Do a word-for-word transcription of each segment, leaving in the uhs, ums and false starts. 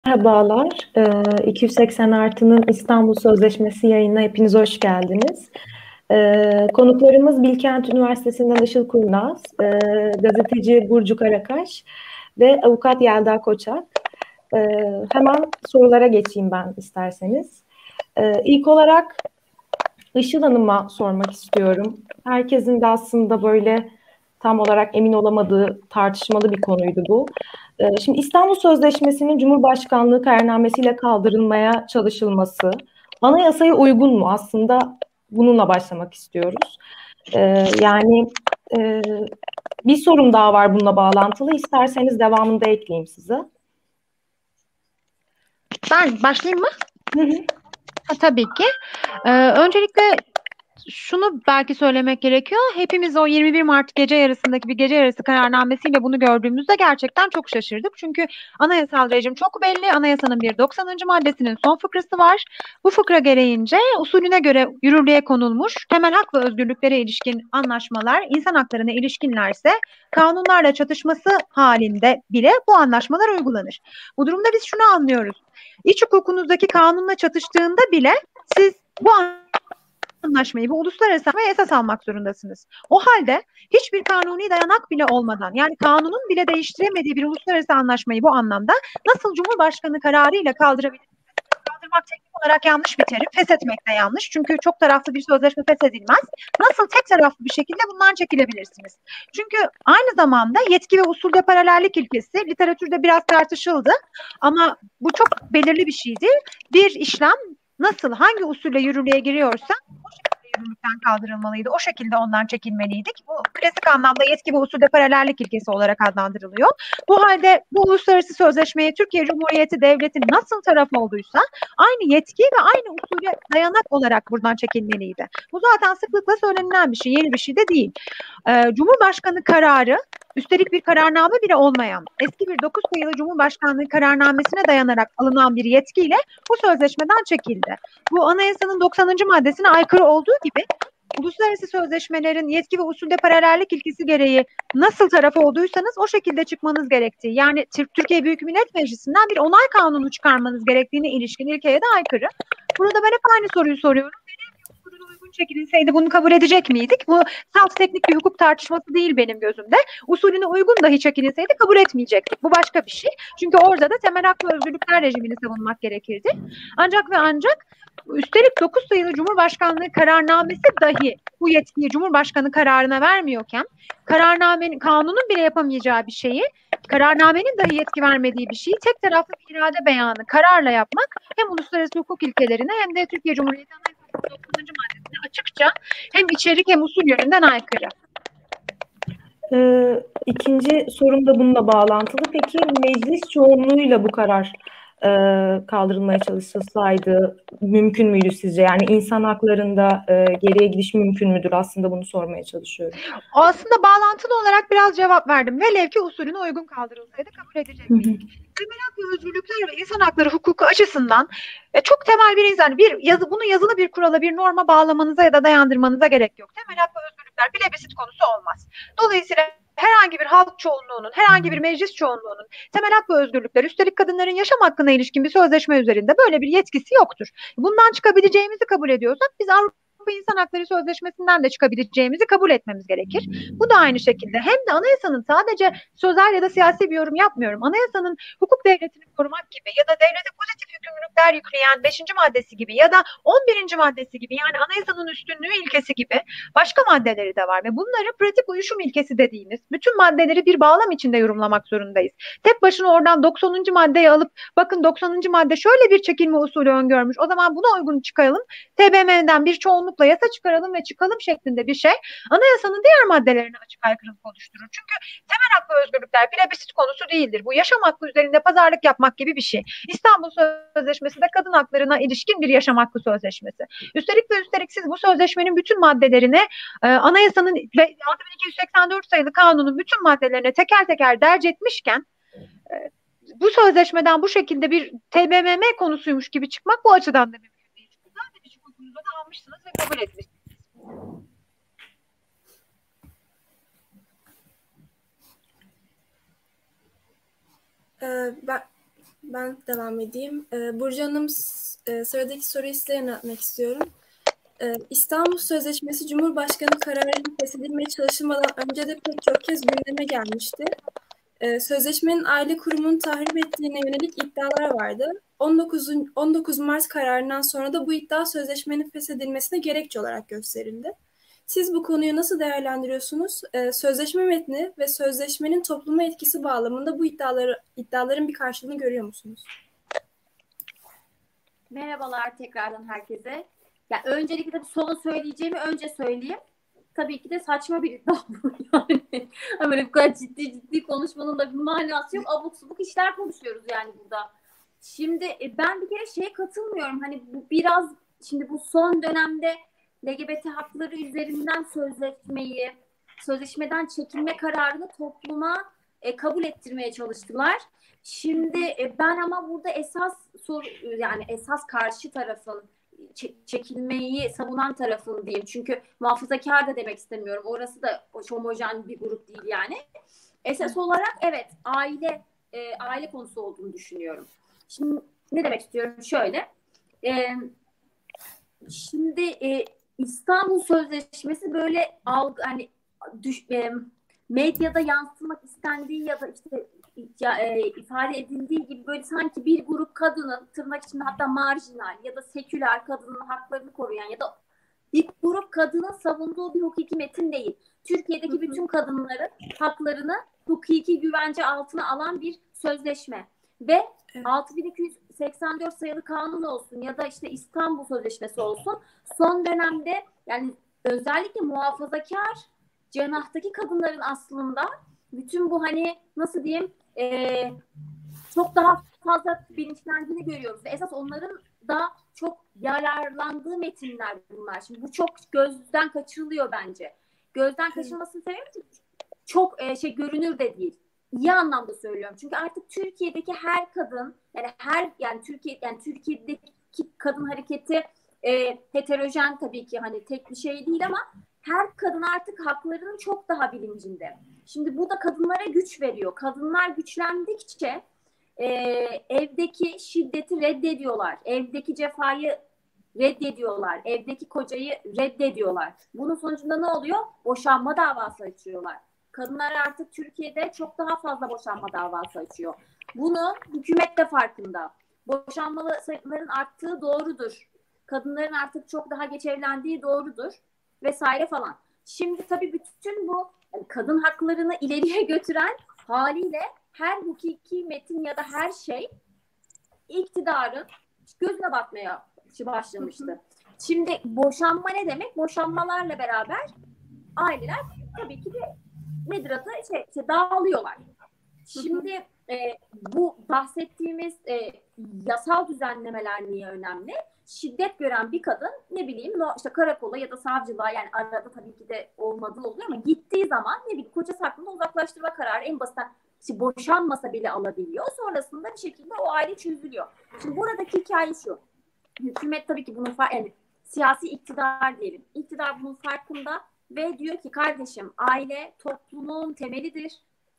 Merhabalar, Ee, iki yüz seksen Artı'nın İstanbul Sözleşmesi yayınına hepiniz hoş geldiniz. Ee, konuklarımız Bilkent Üniversitesi'nden Işıl Kurnaz, e, gazeteci Burcu Karakaş ve avukat Yelda Koçak. Ee, Hemen sorulara geçeyim ben isterseniz. Ee, ilk olarak Işıl Hanım'a sormak istiyorum. Herkesin de aslında böyle tam olarak emin olamadığı tartışmalı bir konuydu bu. Ee, Şimdi İstanbul Sözleşmesi'nin Cumhurbaşkanlığı kararnamesiyle kaldırılmaya çalışılması anayasaya uygun mu? Aslında bununla başlamak istiyoruz. Ee, Yani e, bir sorum daha var bununla bağlantılı. İsterseniz devamında ekleyeyim size. Ben başlayayım mı? Hı hı. Ha, tabii ki. Ee, öncelikle şunu belki söylemek gerekiyor. Hepimiz o yirmi bir Mart gece yarısındaki bir gece yarısı kararnamesiyle bunu gördüğümüzde gerçekten çok şaşırdık. Çünkü anayasal rejim çok belli. Anayasanın bir doksanıncı maddesinin son fıkrası var. Bu fıkra gereğince usulüne göre yürürlüğe konulmuş temel hak ve özgürlüklere ilişkin anlaşmalar insan haklarına ilişkinlerse kanunlarla çatışması halinde bile bu anlaşmalar uygulanır. Bu durumda biz şunu anlıyoruz. İç hukukunuzdaki kanunla çatıştığında bile siz bu anlaşmayı bu uluslararası anlaşmayı esas almak zorundasınız. O halde hiçbir kanuni dayanak bile olmadan yani kanunun bile değiştiremediği bir uluslararası anlaşmayı bu anlamda nasıl Cumhurbaşkanı kararıyla kaldırabilirsiniz? Kaldırmak teknik olarak yanlış bir terim. Feshetmek de yanlış. Çünkü çok taraflı bir sözleşme feshedilmez. Nasıl tek taraflı bir şekilde bundan çekilebilirsiniz? Çünkü aynı zamanda yetki ve usulde paralellik ilkesi literatürde biraz tartışıldı. Ama bu çok belirli bir şeydi. Bir işlem nasıl, hangi usulle yürürlüğe giriyorsa o şekilde yürürlükten kaldırılmalıydı. O şekilde ondan çekilmeliydik. Bu klasik anlamda yetki ve usulde paralellik ilkesi olarak adlandırılıyor. Bu halde bu uluslararası sözleşmeye Türkiye Cumhuriyeti Devleti nasıl taraf olduysa aynı yetki ve aynı usule dayanak olarak buradan çekilmeliydi. Bu zaten sıklıkla söylenilen bir şey, yeni bir şey de değil. Ee, Cumhurbaşkanı kararı üstelik bir kararname bile olmayan eski bir dokuz sayılı Cumhurbaşkanlığı kararnamesine dayanarak alınan bir yetkiyle bu sözleşmeden çekildi. Bu anayasanın doksanıncı maddesine aykırı olduğu gibi uluslararası sözleşmelerin yetki ve usulde paralellik ilkesi gereği nasıl taraf olduysanız o şekilde çıkmanız gerektiği yani Türkiye Büyük Millet Meclisi'nden bir onay kanunu çıkarmanız gerektiğine ilişkin ilkeye de aykırı. Burada ben hep aynı soruyu soruyorum. Usulüne uygun çekilseydi bunu kabul edecek miydik? Bu salt teknik bir hukuk tartışması değil benim gözümde. Usulüne uygun dahi çekilseydi kabul etmeyecektik. Bu başka bir şey. Çünkü orada da temel hak ve özgürlükler rejimini savunmak gerekirdi. Ancak ve ancak üstelik dokuz sayılı Cumhurbaşkanlığı kararnamesi dahi bu yetkiyi Cumhurbaşkanı kararına vermiyorken kararnamenin, kanunun bile yapamayacağı bir şeyi kararnamenin dahi yetki vermediği bir şeyi tek taraflı bir irade beyanı kararla yapmak hem uluslararası hukuk ilkelerine hem de Türkiye Cumhuriyeti Anayasası'nın doksanıncı maddesine açıkça hem içerik hem usul yönünden aykırı. Ee, ikinci sorum da bununla bağlantılı. Peki meclis çoğunluğuyla bu karar e, kaldırılmaya çalışılsaydı mümkün müydü sizce? Yani insan haklarında e, geriye gidiş mümkün müdür? Aslında bunu sormaya çalışıyorum. Aslında bağlantılı olarak biraz cevap verdim. Velev ki usulüne uygun kaldırılsaydı kabul edecek Hı hı. miydik? Temel hak ve özgürlükler ve insan hakları hukuku açısından e, çok temel bir insan bir yazı bunu yazılı bir kurala bir norma bağlamanıza ya da dayandırmanıza gerek yok. Temel hak ve özgürlükler plebisit konusu olmaz. Dolayısıyla herhangi bir halk çoğunluğunun, herhangi bir meclis çoğunluğunun temel hak ve özgürlükler, üstelik kadınların yaşam hakkına ilişkin bir sözleşme üzerinde böyle bir yetkisi yoktur. Bundan çıkabileceğimizi kabul ediyorsak biz Avrupa İnsan Hakları Sözleşmesi'nden de çıkabileceğimizi kabul etmemiz gerekir. Bu da aynı şekilde hem de anayasanın sadece sözel ya da siyasi bir yorum yapmıyorum. Anayasanın hukuk devletini korumak gibi ya da devlete pozitif yükümlülükler yükleyen beşinci maddesi gibi ya da on birinci maddesi gibi yani anayasanın üstünlüğü ilkesi gibi başka maddeleri de var ve bunları pratik uyuşum ilkesi dediğimiz bütün maddeleri bir bağlam içinde yorumlamak zorundayız. Tek başına oradan doksanıncı maddeyi alıp bakın doksanıncı madde şöyle bir çekilme usulü öngörmüş. O zaman buna uygun çıkalım. T B M'den bir çoğunlukla yasa çıkaralım ve çıkalım şeklinde bir şey anayasanın diğer maddelerine açık aykırılık oluşturur. Çünkü temel hak ve özgürlükler plebisit konusu değildir. Bu yaşam hakkı üzerinde pazarlık yapmak gibi bir şey. İstanbul Sözleşmesi de kadın haklarına ilişkin bir yaşam hakkı sözleşmesi. Üstelik ve üstelik siz bu sözleşmenin bütün maddelerine e, anayasanın ve altı bin iki yüz seksen dört sayılı kanunun bütün maddelerine teker teker derc etmişken e, bu sözleşmeden bu şekilde bir T B M M konusuymuş gibi çıkmak bu açıdan da mümkün değil. Zaten iç hukukunuza da almışsınız ve kabul etmişsiniz. Ee, ben Ben devam edeyim. Ee, Burcu Hanım, e, sıradaki soruyu size yöneltmek istiyorum. Ee, İstanbul Sözleşmesi Cumhurbaşkanı kararıyla feshedilmeye çalışılmadan önce de pek çok kez gündeme gelmişti. Ee, sözleşmenin aile kurumunu tahrip ettiğine yönelik iddialar vardı. on dokuz, on dokuz Mart kararından sonra da bu iddia sözleşmenin feshedilmesine gerekçe olarak gösterildi. Siz bu konuyu nasıl değerlendiriyorsunuz? Ee, sözleşme metni ve sözleşmenin topluma etkisi bağlamında bu iddiaları, iddiaların bir karşılığını görüyor musunuz? Merhabalar tekrardan herkese. Ya öncelikle tabii sonu söyleyeceğimi önce söyleyeyim. Tabii ki de saçma bir iddia bu yani. Böyle bu kadar ciddi ciddi konuşmanın da bir manası yok. Abuk subuk işler konuşuyoruz yani burada. Şimdi e, ben bir kere şeye katılmıyorum. Hani bu biraz şimdi bu son dönemde L G B T hakları üzerinden sözleşmeyi, sözleşmeden çekilme kararını topluma e, kabul ettirmeye çalıştılar. Şimdi e, ben ama burada esas sor, yani esas karşı tarafın çekilmeyi savunan tarafın diyeyim. Çünkü muhafazakar da demek istemiyorum. Orası da homojen bir grup değil yani. Esas olarak evet aile e, aile konusu olduğunu düşünüyorum. Şimdi ne demek istiyorum? Şöyle. E, şimdi e, İstanbul Sözleşmesi böyle algı hani düş, e, medyada yansıtmak istendiği ya da işte ya, e, ifade edildiği gibi böyle sanki bir grup kadının tırnak içinde hatta marjinal ya da seküler kadının haklarını koruyan ya da bir grup kadının savunduğu bir hukuki metin değil. Türkiye'deki hı hı. bütün kadınların haklarını hukuki güvence altına alan bir sözleşme. Ve evet. altı bin iki yüz seksen dört sayılı kanun olsun ya da işte İstanbul Sözleşmesi olsun son dönemde yani özellikle muhafazakar cenahtaki kadınların aslında bütün bu hani nasıl diyeyim e, çok daha fazla bilinçlendiğini görüyoruz. Ve esas onların da çok yararlandığı metinler bunlar. Şimdi bu çok gözden kaçırılıyor bence. Gözden kaçırılmasının sebebi çok e, şey görünür de değil. İyi anlamda söylüyorum. Çünkü artık Türkiye'deki her kadın yani her yani Türkiye yani Türkiye'deki kadın hareketi e, heterojen tabii ki hani tek bir şey değil ama her kadın artık haklarının çok daha bilincinde. Şimdi bu da kadınlara güç veriyor. Kadınlar güçlendikçe e, evdeki şiddeti reddediyorlar. Evdeki cefayı reddediyorlar. Evdeki kocayı reddediyorlar. Bunun sonucunda ne oluyor? Boşanma davası açıyorlar. Kadınlar artık Türkiye'de çok daha fazla boşanma davası açıyor. Bunu hükümet de farkında. Boşanmalı sayıların arttığı doğrudur. Kadınların artık çok daha geç evlendiği doğrudur. Vesaire falan. Şimdi tabii bütün bu yani kadın haklarını ileriye götüren haliyle her hukuki metin ya da her şey iktidarın gözüne batmaya başlamıştı. Şimdi boşanma ne demek? Boşanmalarla beraber aileler tabii ki de nedir adı? Şey, şey, dağılıyorlar. Şimdi e, bu bahsettiğimiz e, yasal düzenlemeler niye önemli? Şiddet gören bir kadın ne bileyim işte karakola ya da savcılığa yani arada tabii ki de olmadığı oluyor ama gittiği zaman ne bileyim kocası hakkında uzaklaştırma kararı en basitten işte boşanmasa bile alabiliyor. Sonrasında bir şekilde o aile çözülüyor. Şimdi buradaki hikaye şu. Hükümet tabii ki bunun yani siyasi iktidar diyelim. İktidar bunun farkında ve diyor ki kardeşim aile toplumun temelidir.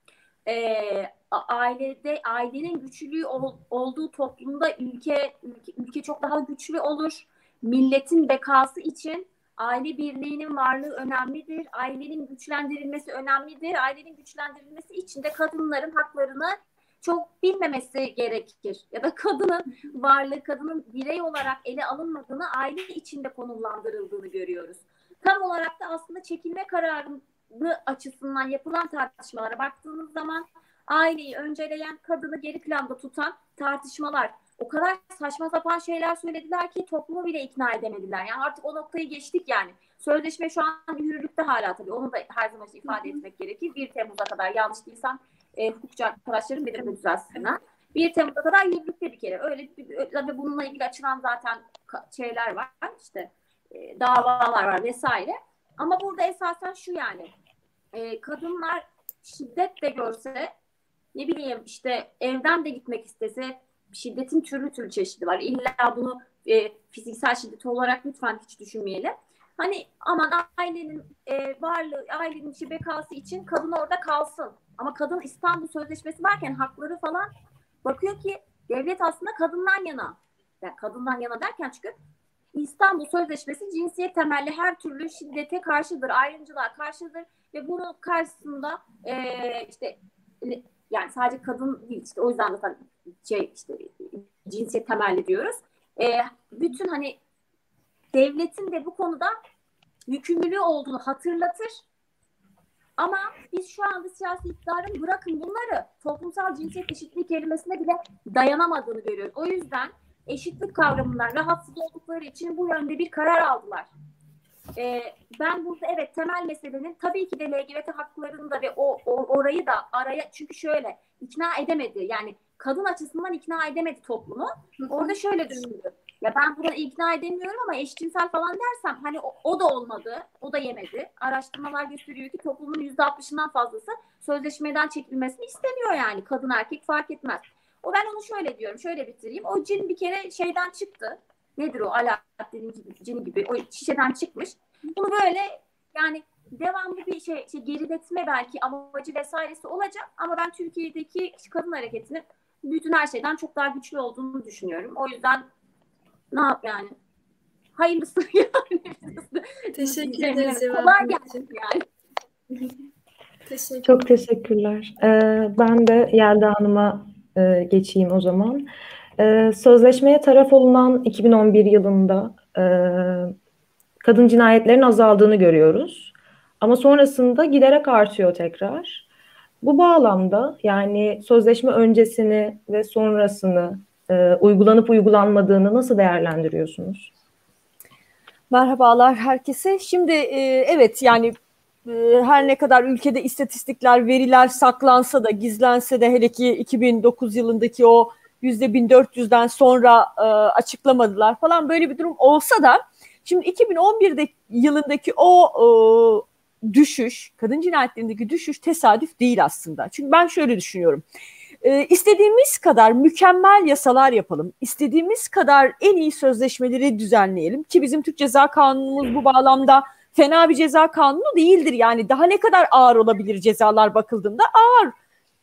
Ee, ailede ailenin güçlü ol, olduğu toplumda ülke, ülke ülke çok daha güçlü olur. Milletin bekası için aile birliğinin varlığı önemlidir. Ailenin güçlendirilmesi önemlidir. Ailenin güçlendirilmesi için de kadınların haklarını çok bilmemesi gerekir. Ya da kadının varlığı, kadının birey olarak ele alınmadığını, aile içinde konumlandırıldığını görüyoruz. Tam olarak da aslında çekilme kararı açısından yapılan tartışmalara baktığımız zaman aileyi önceleyen, kadını geri planda tutan tartışmalar. O kadar saçma sapan şeyler söylediler ki toplumu bile ikna edemediler. Yani artık o noktayı geçtik yani. Sözleşme şu an yürürlükte hala tabii. Onu da her zaman ifade etmek gerekir. bir Temmuz'a kadar yanlış değilsem e, hukukçu arkadaşlarım benim de düzelsinler. bir Temmuz'a kadar yürürlükte bir kere. Öyle ve bununla ilgili açılan zaten şeyler var. İşte e, davalar var vesaire. Ama burada esasen şu yani. E, kadınlar şiddet de görse ne bileyim işte evden de gitmek istese şiddetin türlü türlü çeşidi var. İlla bunu e, fiziksel şiddet olarak lütfen hiç düşünmeyelim. Hani aman ailenin e, varlığı, ailenin işi bekası için kadın orada kalsın. Ama kadın İstanbul Sözleşmesi varken hakları falan bakıyor ki devlet aslında kadından yana. Yani kadından yana derken çünkü İstanbul Sözleşmesi cinsiyet temelli her türlü şiddete karşıdır, ayrımcılığa karşıdır ve bunun karşısında e, işte yani sadece kadın değil, işte o yüzden de şey işte cinsiyet temelli diyoruz. E, bütün hani devletin de bu konuda yükümlülüğü olduğunu hatırlatır. Ama biz şu anda siyasi iktidarın bırakın bunları toplumsal cinsiyet eşitliği kelimesine bile dayanamadığını görüyoruz. O yüzden eşitlik kavramından rahatsız oldukları için bu yönde bir karar aldılar. Ee, ben burada evet temel meselenin tabii ki de L G B T haklarını da ve o, o orayı da araya, çünkü şöyle ikna edemedi. Yani kadın açısından ikna edemedi toplumu. Orada şöyle düşündü. Ya ben buna ikna edemiyorum ama eşcinsel falan dersem hani o, o da olmadı. O da yemedi. Araştırmalar gösteriyor ki toplumun yüzde altmışından fazlası sözleşmeden çekilmesini istemiyor yani. Kadın erkek fark etmez. O ben onu şöyle diyorum. Şöyle bitireyim. O cin bir kere şeyden çıktı. Nedir o? Alaaddin'in cini gibi. O şişeden çıkmış. Bunu böyle yani devamlı bir şey, şey geriletme belki amacı vesairesi olacak. Ama ben Türkiye'deki kadın hareketinin bütün her şeyden çok daha güçlü olduğunu düşünüyorum. O yüzden ne yap yani? Hayırlısı yani. Teşekkür ederiz. Kolay gelsin yani. Teşekkür. Çok teşekkürler. Ee, ben de Yelda Hanım'a e, geçeyim o zaman. Ee, sözleşmeye taraf olunan iki bin on bir yılında e, kadın cinayetlerin azaldığını görüyoruz. Ama sonrasında giderek artıyor tekrar. Bu bağlamda yani sözleşme öncesini ve sonrasını e, uygulanıp uygulanmadığını nasıl değerlendiriyorsunuz? Merhabalar herkese. Şimdi e, evet yani e, her ne kadar ülkede istatistikler, veriler saklansa da, gizlense de, hele ki iki bin dokuz yılındaki o yüzde bin dört yüzden sonra e, açıklamadılar falan, böyle bir durum olsa da şimdi iki bin on birde yılındaki o e, düşüş, kadın cinayetlerindeki düşüş tesadüf değil aslında. Çünkü ben şöyle düşünüyorum. E, istediğimiz kadar mükemmel yasalar yapalım, istediğimiz kadar en iyi sözleşmeleri düzenleyelim ki bizim Türk Ceza Kanunumuz bu bağlamda fena bir ceza kanunu değildir. Yani daha ne kadar ağır olabilir cezalar bakıldığında? Ağır.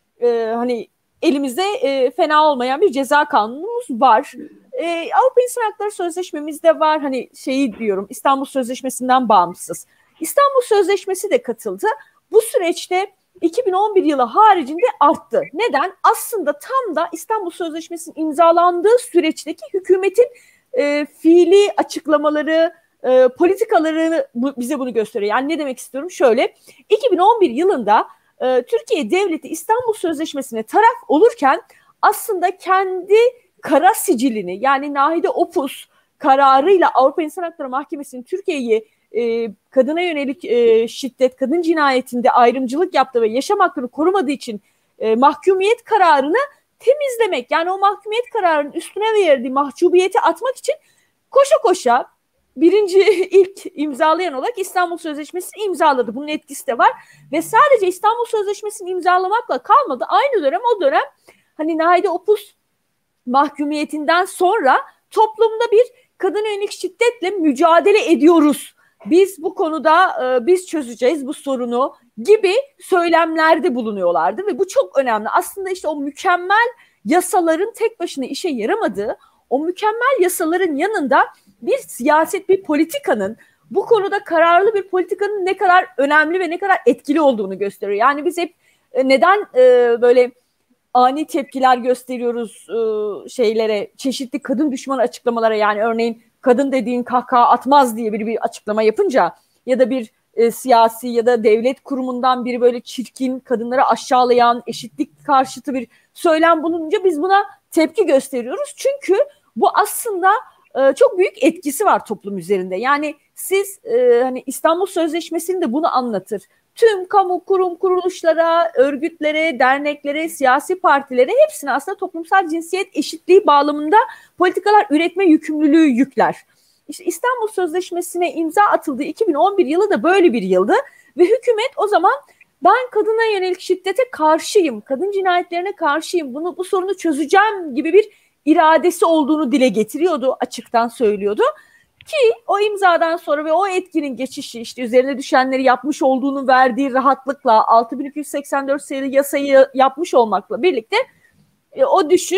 E, hani elimizde e, fena olmayan bir ceza kanunumuz var. E, Avrupa İnsan Hakları Sözleşmemizde var. Hani şeyi diyorum, İstanbul Sözleşmesi'nden bağımsız. İstanbul Sözleşmesi de katıldı. Bu süreçte iki bin on bir yılı haricinde arttı. Neden? Aslında tam da İstanbul Sözleşmesi'nin imzalandığı süreçteki hükümetin e, fiili açıklamaları, e, politikaları bu, bize bunu gösteriyor. Yani ne demek istiyorum? Şöyle, iki bin on bir yılında e, Türkiye Devleti İstanbul Sözleşmesi'ne taraf olurken aslında kendi kara sicilini, yani Nahide Opus kararıyla Avrupa İnsan Hakları Mahkemesi'nin Türkiye'yi e, kadına yönelik e, şiddet, kadın cinayetinde ayrımcılık yaptı ve yaşam hakkını korumadığı için e, mahkumiyet kararını temizlemek, yani o mahkumiyet kararının üstüne verdiği mahcubiyeti atmak için koşa koşa birinci ilk imzalayan olarak İstanbul Sözleşmesi'ni imzaladı. Bunun etkisi de var ve sadece İstanbul Sözleşmesi'ni imzalamakla kalmadı. Aynı dönem o dönem hani Nahide Opus mahkumiyetinden sonra toplumda bir kadına yönelik şiddetle mücadele ediyoruz. Biz bu konuda e, biz çözeceğiz bu sorunu gibi söylemlerde bulunuyorlardı ve bu çok önemli. Aslında işte o mükemmel yasaların tek başına işe yaramadığı, o mükemmel yasaların yanında bir siyaset, bir politikanın, bu konuda kararlı bir politikanın ne kadar önemli ve ne kadar etkili olduğunu gösteriyor. Yani biz hep e, neden e, böyle ani tepkiler gösteriyoruz e, şeylere, çeşitli kadın düşmanı açıklamalara, yani örneğin kadın dediğin kahkaha atmaz diye biri bir açıklama yapınca ya da bir e, siyasi ya da devlet kurumundan biri böyle çirkin, kadınları aşağılayan, eşitlik karşıtı bir söylem bulununca biz buna tepki gösteriyoruz. Çünkü bu aslında e, çok büyük etkisi var toplum üzerinde. Yani siz e, hani İstanbul Sözleşmesi'ni de bunu anlatır. Tüm kamu kurum kuruluşlara, örgütlere, derneklere, siyasi partilere, hepsine aslında toplumsal cinsiyet eşitliği bağlamında politikalar üretme yükümlülüğü yükler. İşte İstanbul Sözleşmesi'ne imza atıldığı iki bin on bir yılı da böyle bir yıldı ve hükümet o zaman ben kadına yönelik şiddete karşıyım, kadın cinayetlerine karşıyım, bunu bu sorunu çözeceğim gibi bir iradesi olduğunu dile getiriyordu, açıktan söylüyordu. Ki o imzadan sonra ve o etkinin geçişi, işte üzerine düşenleri yapmış olduğunu verdiği rahatlıkla, altı bin iki yüz seksen dört sayılı yasayı yapmış olmakla birlikte e, o düşüş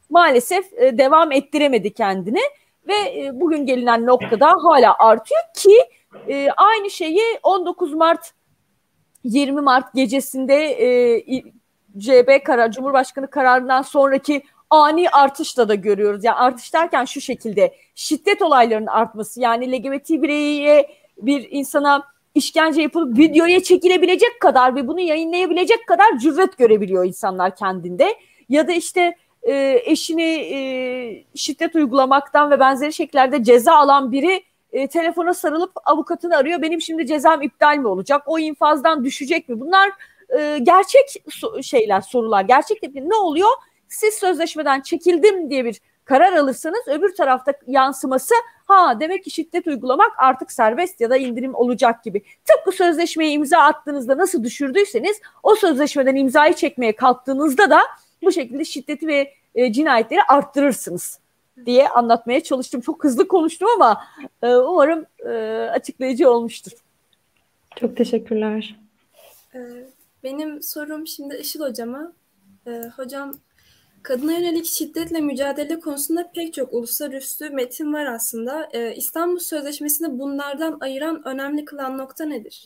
maalesef e, devam ettiremedi kendini ve e, bugün gelinen noktada hala artıyor ki e, aynı şeyi on dokuz Mart yirmi Mart gecesinde e, C B karar, Cumhurbaşkanı kararından sonraki ani artışla da görüyoruz. Yani artış derken şu şekilde, şiddet olaylarının artması, yani L G B T bireye, bir insana işkence yapılıp videoya çekilebilecek kadar ve bunu yayınlayabilecek kadar cüret görebiliyor insanlar kendinde. Ya da işte e, eşini e, şiddet uygulamaktan ve benzeri şekillerde ceza alan biri e, telefona sarılıp avukatını arıyor. Benim şimdi cezam iptal mi olacak? O infazdan düşecek mi? Bunlar e, gerçek so- şeyler, sorular. Gerçek tepki ne oluyor? Siz sözleşmeden çekildim diye bir karar alırsanız öbür tarafta yansıması, ha demek ki şiddet uygulamak artık serbest ya da indirim olacak gibi. Tıpkı sözleşmeye imza attığınızda nasıl düşürdüyseniz, o sözleşmeden imzayı çekmeye kalktığınızda da bu şekilde şiddeti ve e, cinayetleri arttırırsınız diye anlatmaya çalıştım. Çok hızlı konuştum ama e, umarım e, açıklayıcı olmuştur. Çok teşekkürler. Ee, Benim sorum şimdi Işıl Hocama. Ee, hocam, kadına yönelik şiddetle mücadele konusunda pek çok uluslararası metin var aslında. Ee, İstanbul Sözleşmesi'ni bunlardan ayıran, önemli kılan nokta nedir?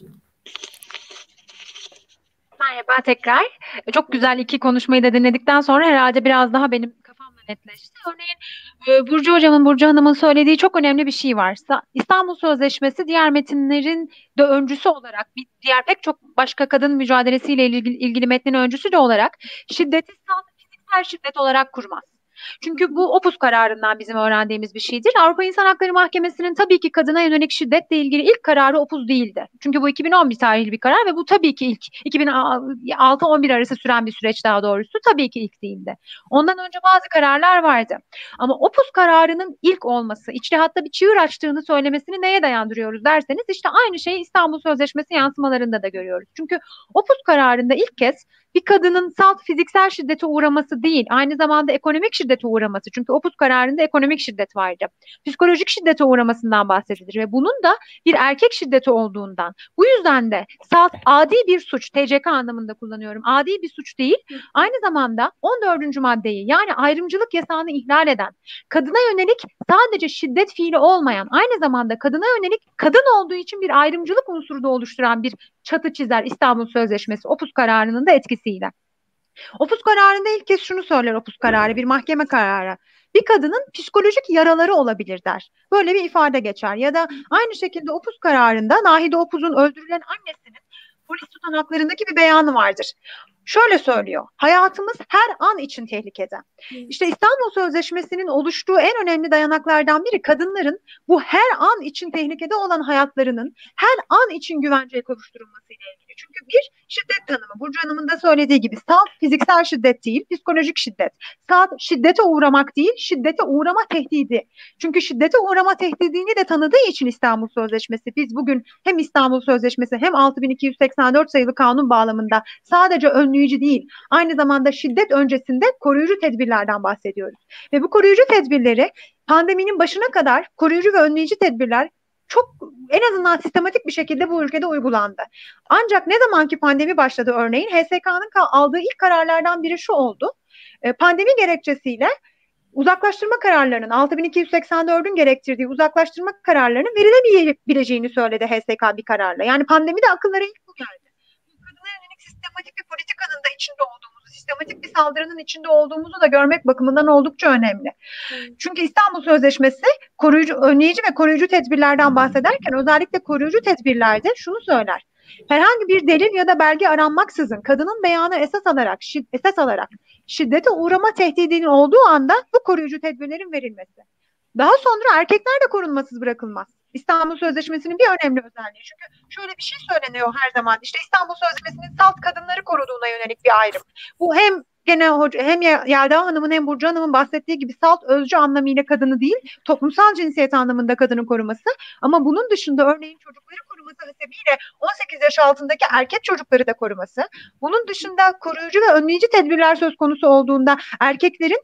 Merhaba tekrar. Çok güzel iki konuşmayı da dinledikten sonra herhalde biraz daha benim kafamda netleşti. Örneğin e, Burcu Hocam'ın, Burcu Hanım'ın söylediği çok önemli bir şey var. Sa- İstanbul Sözleşmesi diğer metinlerin de öncüsü olarak, bir diğer pek çok başka kadın mücadelesiyle ilgili, ilgili metnin öncüsü de olarak şiddeti salt fiziksel şiddet olarak kurmaz. Çünkü bu Opus kararından bizim öğrendiğimiz bir şeydir. Avrupa İnsan Hakları Mahkemesi'nin tabii ki kadına yönelik şiddetle ilgili ilk kararı Opus değildi. Çünkü bu iki bin on bir tarihli bir karar ve bu tabii ki ilk iki bin altı on bir arası süren bir süreç, daha doğrusu tabii ki ilk değildi. Ondan önce bazı kararlar vardı. Ama Opus kararının ilk olması, içtihatta bir çığır açtığını söylemesini neye dayandırıyoruz derseniz, işte aynı şeyi İstanbul Sözleşmesi yansımalarında da görüyoruz. Çünkü Opus kararında ilk kez bir kadının salt fiziksel şiddete uğraması değil, aynı zamanda ekonomik şiddete uğraması. Çünkü Opus kararında ekonomik şiddet vardı. Psikolojik şiddete uğramasından bahsedilir ve bunun da bir erkek şiddeti olduğundan. Bu yüzden de salt adi bir suç, T C K anlamında kullanıyorum, adi bir suç değil, aynı zamanda on dördüncü maddeyi, yani ayrımcılık yasağını ihlal eden, kadına yönelik sadece şiddet fiili olmayan, aynı zamanda kadına yönelik kadın olduğu için bir ayrımcılık unsuru da oluşturan bir çatı çizer İstanbul Sözleşmesi Opus kararının da etkisiyle. Opus kararında ilk kez şunu söyler Opus kararı, bir mahkeme kararı. Bir kadının psikolojik yaraları olabilir der. Böyle bir ifade geçer. Ya da aynı şekilde Opus kararında Nahide Opuz'un öldürülen annesinin polis tutanaklarındaki bir beyanı vardır. Şöyle söylüyor: hayatımız her an için tehlikede. İşte İstanbul Sözleşmesi'nin oluştuğu en önemli dayanaklardan biri, kadınların bu her an için tehlikede olan hayatlarının her an için güvenceye kavuşturulmasıyla ilgili. Çünkü bir şiddet tanımı, Burcu Hanım'ın da söylediği gibi, salt fiziksel şiddet değil, psikolojik şiddet. Salt şiddete uğramak değil, şiddete uğrama tehdidi. Çünkü şiddete uğrama tehdidini de tanıdığı için İstanbul Sözleşmesi, biz bugün hem İstanbul Sözleşmesi hem altı bin iki yüz seksen dört sayılı kanun bağlamında sadece önleyici değil, aynı zamanda şiddet öncesinde koruyucu tedbirlerden bahsediyoruz. Ve bu koruyucu tedbirleri pandeminin başına kadar, koruyucu ve önleyici tedbirler çok, en azından sistematik bir şekilde bu ülkede uygulandı. Ancak ne zaman ki pandemi başladı, örneğin H S K'nın aldığı ilk kararlardan biri şu oldu: pandemi gerekçesiyle uzaklaştırma kararlarının, altı bin iki yüz seksen dördün gerektirdiği uzaklaştırma kararlarının verilebileceğini söyledi H S K bir kararla. Yani pandemide akıllara ilk bu geldi. Kadına yönelik sistematik bir politikanın da içinde olduğumuzu, sistematik bir saldırının içinde olduğumuzu da görmek bakımından oldukça önemli. Hmm. Çünkü İstanbul Sözleşmesi koruyucu, önleyici ve koruyucu tedbirlerden bahsederken özellikle koruyucu tedbirlerde şunu söyler: herhangi bir delil ya da belge aranmaksızın kadının beyanı esas alarak, şid, esas alarak şiddete uğrama tehdidinin olduğu anda bu koruyucu tedbirlerin verilmesi. Daha sonra erkekler de korunmasız bırakılmaz. İstanbul Sözleşmesi'nin bir önemli özelliği. Çünkü şöyle bir şey söyleniyor her zaman: İşte İstanbul Sözleşmesi'nin salt kadınları koruduğuna yönelik bir ayrım. Bu hem gene hoca, hem Yelda Hanım'ın hem Burcu Hanım'ın bahsettiği gibi salt özcü anlamıyla kadını değil, toplumsal cinsiyet anlamında kadının koruması. Ama bunun dışında örneğin çocukları koruması hasebiyle on sekiz yaş altındaki erkek çocukları da koruması. Bunun dışında koruyucu ve önleyici tedbirler söz konusu olduğunda erkeklerin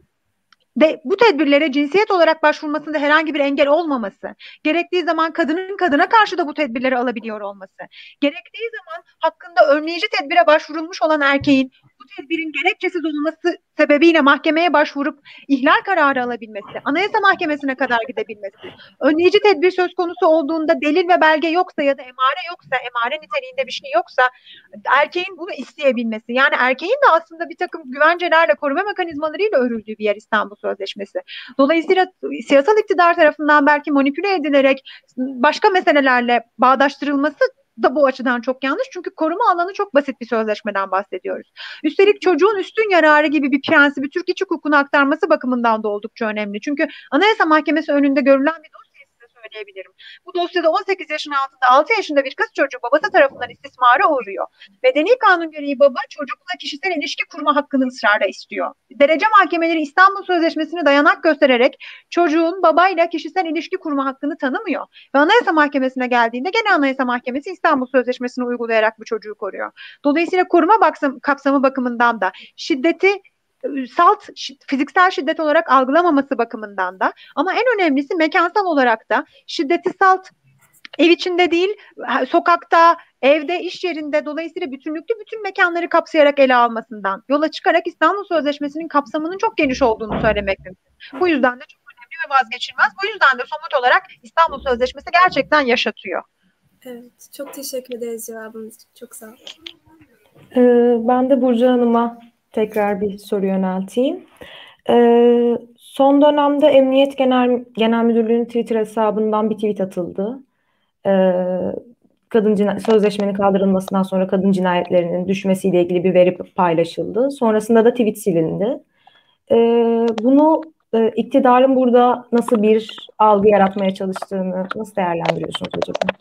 de bu tedbirlere cinsiyet olarak başvurmasında herhangi bir engel olmaması, gerektiği zaman kadının kadına karşı da bu tedbirleri alabiliyor olması, gerektiği zaman hakkında önleyici tedbire başvurulmuş olan erkeğin bu tedbirin gerekçesiz olması sebebiyle mahkemeye başvurup ihlal kararı alabilmesi, Anayasa Mahkemesi'ne kadar gidebilmesi, önleyici tedbir söz konusu olduğunda delil ve belge yoksa ya da emare yoksa, emare niteliğinde bir şey yoksa erkeğin bunu isteyebilmesi. Yani erkeğin de aslında bir takım güvencelerle, koruma mekanizmalarıyla örüldüğü bir yer İstanbul Sözleşmesi. Dolayısıyla siyasal iktidar tarafından belki manipüle edilerek başka meselelerle bağdaştırılması da bu açıdan çok yanlış. Çünkü koruma alanı çok basit bir sözleşmeden bahsediyoruz. Üstelik çocuğun üstün yararı gibi bir prensibi Türk iç hukukuna aktarması bakımından da oldukça önemli. Çünkü Anayasa Mahkemesi önünde görülen bir dosyayı size söyleyebilirim. Bu dosyada on sekiz yaşın altında altı yaşında bir kız çocuğu babası tarafından istismara uğruyor. Medeni kanun gereği baba çocukla kişisel ilişki kurma hakkını ısrarla istiyor. Derece mahkemeleri İstanbul Sözleşmesi'ne dayanak göstererek çocuğun babayla kişisel ilişki kurma hakkını tanımıyor. Ve Anayasa Mahkemesi'ne geldiğinde gene Anayasa Mahkemesi İstanbul Sözleşmesi'ni uygulayarak bu çocuğu koruyor. Dolayısıyla koruma baksam, kapsamı bakımından da şiddeti salt fiziksel şiddet olarak algılamaması bakımından da ama en önemlisi mekansal olarak da şiddeti salt ev içinde değil, sokakta, evde, iş yerinde dolayısıyla bütünlüklü bütün mekanları kapsayarak ele almasından yola çıkarak İstanbul Sözleşmesi'nin kapsamının çok geniş olduğunu söylemek mümkün. Bu yüzden de çok önemli ve vazgeçilmez. Bu yüzden de somut olarak İstanbul Sözleşmesi gerçekten yaşatıyor. Evet, çok teşekkür ederiz cevabınız için. Çok sağ olun. Ee, ben de Burcu Hanım'a tekrar bir soru yönelteyim. Ee, son dönemde Emniyet Genel, Genel Müdürlüğü'nün Twitter hesabından bir tweet atıldı. Ee, kadın cina- sözleşmenin kaldırılmasından sonra kadın cinayetlerinin düşmesiyle ilgili bir veri paylaşıldı. Sonrasında da tweet silindi. Ee, bunu e, iktidarın burada nasıl bir algı yaratmaya çalıştığını nasıl değerlendiriyorsunuz acaba?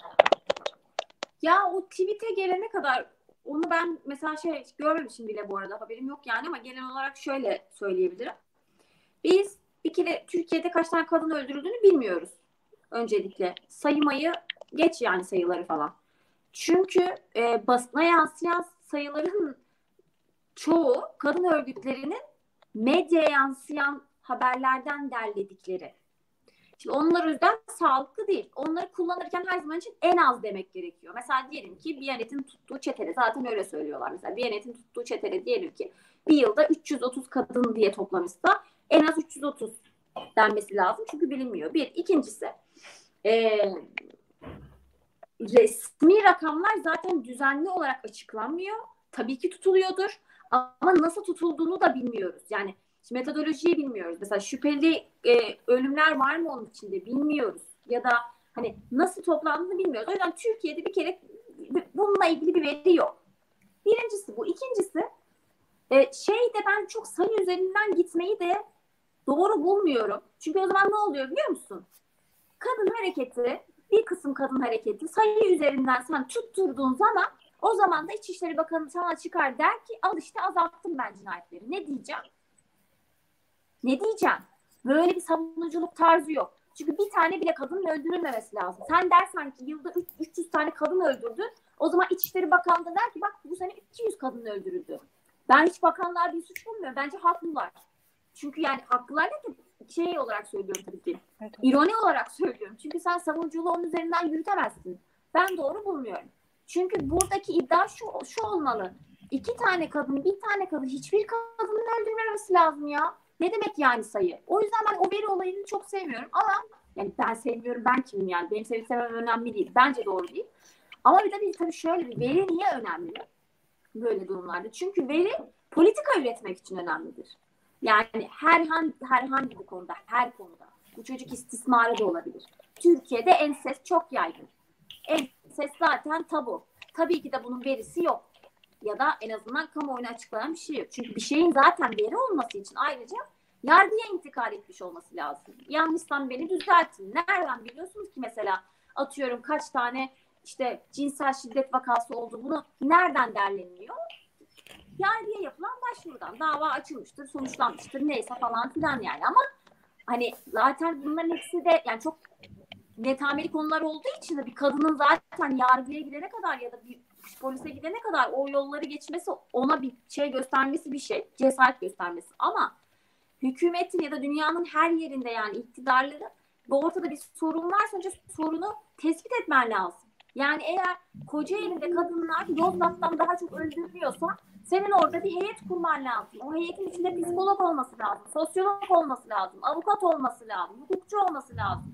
Ya o tweet'e gelene kadar onu ben mesela şey görmemişim bile bu arada, haberim yok yani, ama genel olarak şöyle söyleyebilirim. Biz bir kere Türkiye'de kaç tane kadın öldürüldüğünü bilmiyoruz öncelikle. Saymayı geç yani, sayıları falan. Çünkü e, basına yansıyan sayıların çoğu kadın örgütlerinin medyaya yansıyan haberlerden derledikleri. Şimdi onlar o yüzden sağlıklı değil. Onları kullanırken her zaman için en az demek gerekiyor. Mesela diyelim ki Biyanet'in tuttuğu çetele, zaten öyle söylüyorlar. Mesela Biyanet'in tuttuğu çetele diyelim ki bir yılda üç yüz otuz kadın diye toplamışsa en az üç yüz otuz denmesi lazım. Çünkü bilinmiyor. Bir. İkincisi e, resmi rakamlar zaten düzenli olarak açıklanmıyor. Tabii ki tutuluyordur. Ama nasıl tutulduğunu da bilmiyoruz. Yani metodolojiyi bilmiyoruz. Mesela şüpheli e, ölümler var mı onun içinde bilmiyoruz. Ya da hani nasıl toplandığını bilmiyoruz. O yüzden Türkiye'de bir kere bununla ilgili bir veri yok. Birincisi bu. İkincisi e, şeyde ben çok sayı üzerinden gitmeyi de doğru bulmuyorum. Çünkü o zaman ne oluyor biliyor musun? Kadın hareketi, bir kısım kadın hareketi sayı üzerinden sen tutturduğun zaman o zaman da İçişleri Bakanı sana çıkar der ki al işte azalttım ben cinayetleri. Ne diyeceğim? Ne diyeceğim? Böyle bir savunuculuk tarzı yok. Çünkü bir tane bile kadının öldürülmemesi lazım. Sen dersen ki yılda üç yüz tane kadın öldürdü. O zaman İçişleri Bakanı da der ki bak bu sene iki yüz kadın öldürüldü. Ben hiç bakanlar bir suç bulmuyorum. Bence haklılar. Çünkü yani haklılar da şey olarak söylüyorum tabii ki. Evet. İroni olarak söylüyorum. Çünkü sen savunuculuğu onun üzerinden yürütemezsin. Ben doğru bulmuyorum. Çünkü buradaki iddia şu, şu olmalı. İki tane kadın, bir tane kadın, hiçbir kadının öldürülmemesi lazım ya. Ne demek yani sayı? O yüzden ben o veri olayını çok sevmiyorum ama yani ben sevmiyorum, ben kimim yani? Benim sevip sevmem önemli değil. Bence doğru değil. Ama bir de bir tabii şöyle bir veri niye önemli böyle durumlarda? Çünkü veri politika üretmek için önemlidir. Yani herhangi, herhangi bir konuda, her konuda. Bu çocuk istismarı da olabilir. Türkiye'de ensest çok yaygın. Ensest zaten tabu. Tabii ki de bunun verisi yok. Ya da en azından kamuoyuna açıklanan bir şey yok. Çünkü bir şeyin zaten veri olması için ayrıca yargıya intikal etmiş olması lazım. Yanlışsan beni düzeltin. Nereden biliyorsunuz ki mesela atıyorum kaç tane işte cinsel şiddet vakası oldu, bunu nereden derleniyor? Yargıya yapılan başvurudan. Dava açılmıştır, sonuçlanmıştır neyse falan filan yani, ama hani zaten bunların hepsi de yani çok netameli konular olduğu için de bir kadının zaten yargıya gidene kadar ya da bir polise gidene kadar o yolları geçmesi, ona bir şey göstermesi, bir şey cesaret göstermesi. Ama hükümetin ya da dünyanın her yerinde yani iktidarları bu ortada bir sorun varsa önce sorunu tespit etmen lazım. Yani eğer Kocaeli'de kadınlar Yozgat'tan daha çok öldürülüyorsa senin orada bir heyet kurman lazım. O heyetin içinde psikolog olması lazım, sosyolog olması lazım, avukat olması lazım, hukukçu olması lazım.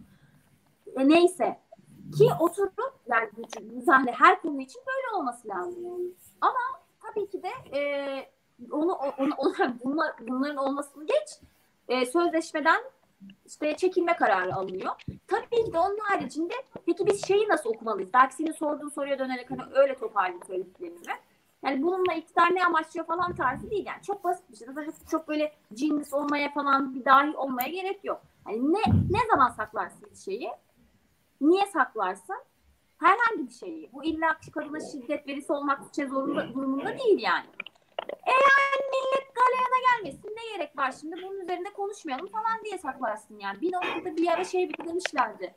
E neyse. Ki oturup yani düzenli her konu için böyle olması lazım. Ama tabii ki de e, onu, onu, onu bunlar, bunların olmasını geç e, sözleşmeden işte çekilme kararı alınıyor. Tabii ki de onun haricinde peki biz şeyi nasıl okumalıyız? Belki senin sorduğun soruya dönerek hani öyle toparlayayım söylediklerimi. Yani bununla iktidar ne amaçlıyor falan tarzı değil yani. Çok basit bir şey. Zaten çok böyle cins olmaya falan bir dahi olmaya gerek yok. Yani ne ne zaman saklarsın bir şeyi? Niye saklarsın? Herhangi bir şeyi. Bu illa kadına şiddet verisi olmak için zorunda durumunda değil yani. Eğer millet galeyana gelmesin ne gerek var şimdi bunun üzerinde konuşmayalım falan diye saklarsın yani. Bir noktada bir ara şey demişlerdi.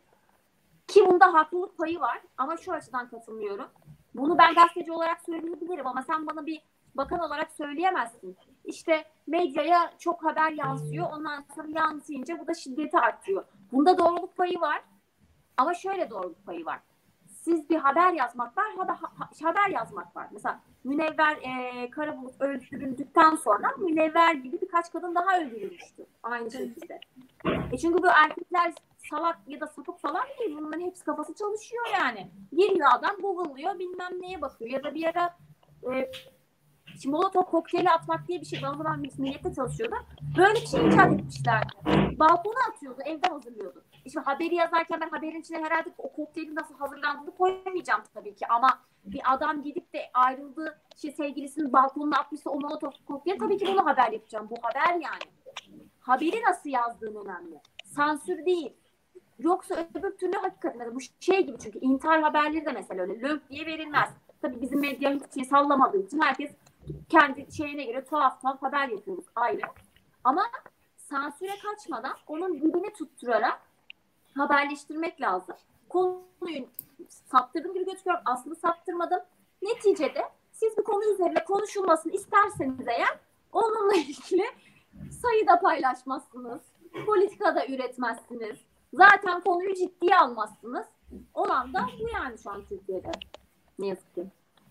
Ki bunda haklılık payı var ama şu açıdan katılmıyorum. Bunu ben gazeteci olarak söyleyebilirim ama sen bana bir bakan olarak söyleyemezsin. İşte medyaya çok haber yansıyor. Ondan sonra yansıyınca bu da şiddeti artıyor. Bunda doğruluk payı var. Ama şöyle doğruluk payı var. Siz bir haber yazmak var, haber, haber yazmak var. Mesela Münevver e, Karabulut öldürüldükten sonra Münevver gibi birkaç kadın daha öldürülmüştü. Aynı şekilde. E çünkü bu erkekler salak ya da sapık falan değil. Bunların hepsi kafası çalışıyor yani. Geliyor adam Google'lıyor bilmem neye bakıyor. Ya da bir ara e, şimdi Molotov kokteyli atmak diye bir şey. O zaman millette çalışıyordu. Böyle bir şey icat etmişlerdi. Balkona atıyordu, evde hazırlıyordu. İşte haberi yazarken ben haberin içine herhalde o kokteylin nasıl hazırlandığını koyamayacağım tabii ki. Ama bir adam gidip de ayrıldığı şey, sevgilisinin balkonuna atmışsa o Molotov kokteyli tabii ki bunu haber yapacağım. Bu haber yani. Haberi nasıl yazdığın önemli. Sansür değil. Yoksa öbür türlü hakikaten bu şey gibi çünkü intihar haberleri de mesela öyle lönk diye verilmez. Tabii bizim medya hiç şey sallamadığı için herkes kendi şeyine göre tuhaf tuhaf haber yapıyoruz ayrı. Ama sansüre kaçmadan onun dibini tutturarak haberleştirmek lazım. Konuyu saptırdığım gibi götürüyorum. Aslında saptırmadım. Neticede siz bu konu üzerine konuşulmasını isterseniz eğer onunla ilgili sayıda paylaşmazsınız. Politikada üretmezsiniz. Zaten konuyu ciddiye almazsınız. Olan da bu yani şu an Türkiye'de. Ne yazık ki.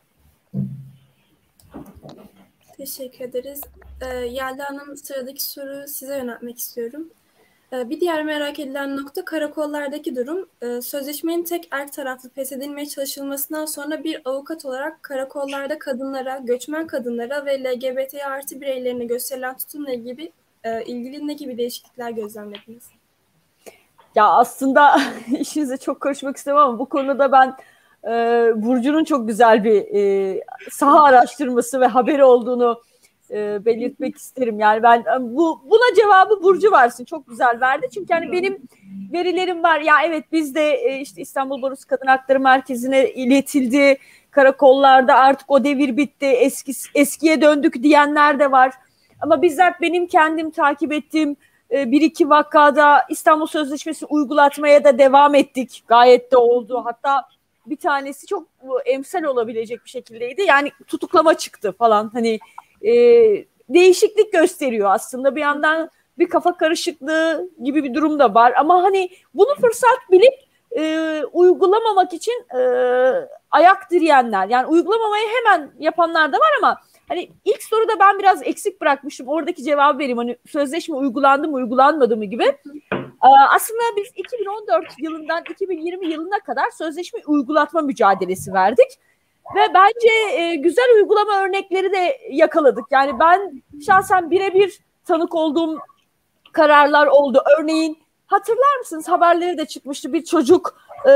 Teşekkür ederiz. Ee, Yelda Hanım sıradaki soruyu size yöneltmek istiyorum. Ee, bir diğer merak edilen nokta karakollardaki durum. Ee, sözleşmenin tek erk taraflı feshedilmeye çalışılmasından sonra bir avukat olarak karakollarda kadınlara, göçmen kadınlara ve L G B T artı bireylerine gösterilen tutumla ilgili, e, ilgili ne gibi değişiklikler gözlemlediniz? Ya aslında işinize çok karışmak istemem ama bu konuda ben e, Burcu'nun çok güzel bir e, saha araştırması ve haberi olduğunu e, belirtmek isterim. Yani ben bu buna cevabı Burcu versin. Çok güzel verdi. Çünkü hani benim verilerim var. Ya evet biz de e, işte İstanbul Barosu Kadın Hakları Merkezi'ne iletildi. Karakollarda artık o devir bitti. Eski, eskiye döndük diyenler de var. Ama bizzat benim kendim takip ettiğim bir iki vakada İstanbul Sözleşmesi uygulatmaya da devam ettik. Gayet de oldu. Hatta bir tanesi çok emsal olabilecek bir şekildeydi. Yani tutuklama çıktı falan. Hani e, değişiklik gösteriyor aslında. Bir yandan bir kafa karışıklığı gibi bir durum da var. Ama hani bunu fırsat bilip e, uygulamamak için e, ayak direyenler. Yani uygulamamayı hemen yapanlar da var ama hani ilk soruda ben biraz eksik bırakmıştım. Oradaki cevabı vereyim. Hani sözleşme uygulandı mı, uygulanmadı mı gibi. Ee, aslında biz iki bin on dört yılından iki bin yirmi yılına kadar sözleşme uygulatma mücadelesi verdik. Ve bence e, güzel uygulama örnekleri de yakaladık. Yani ben şahsen birebir tanık olduğum kararlar oldu. Örneğin hatırlar mısınız? Haberleri de çıkmıştı. Bir çocuk E,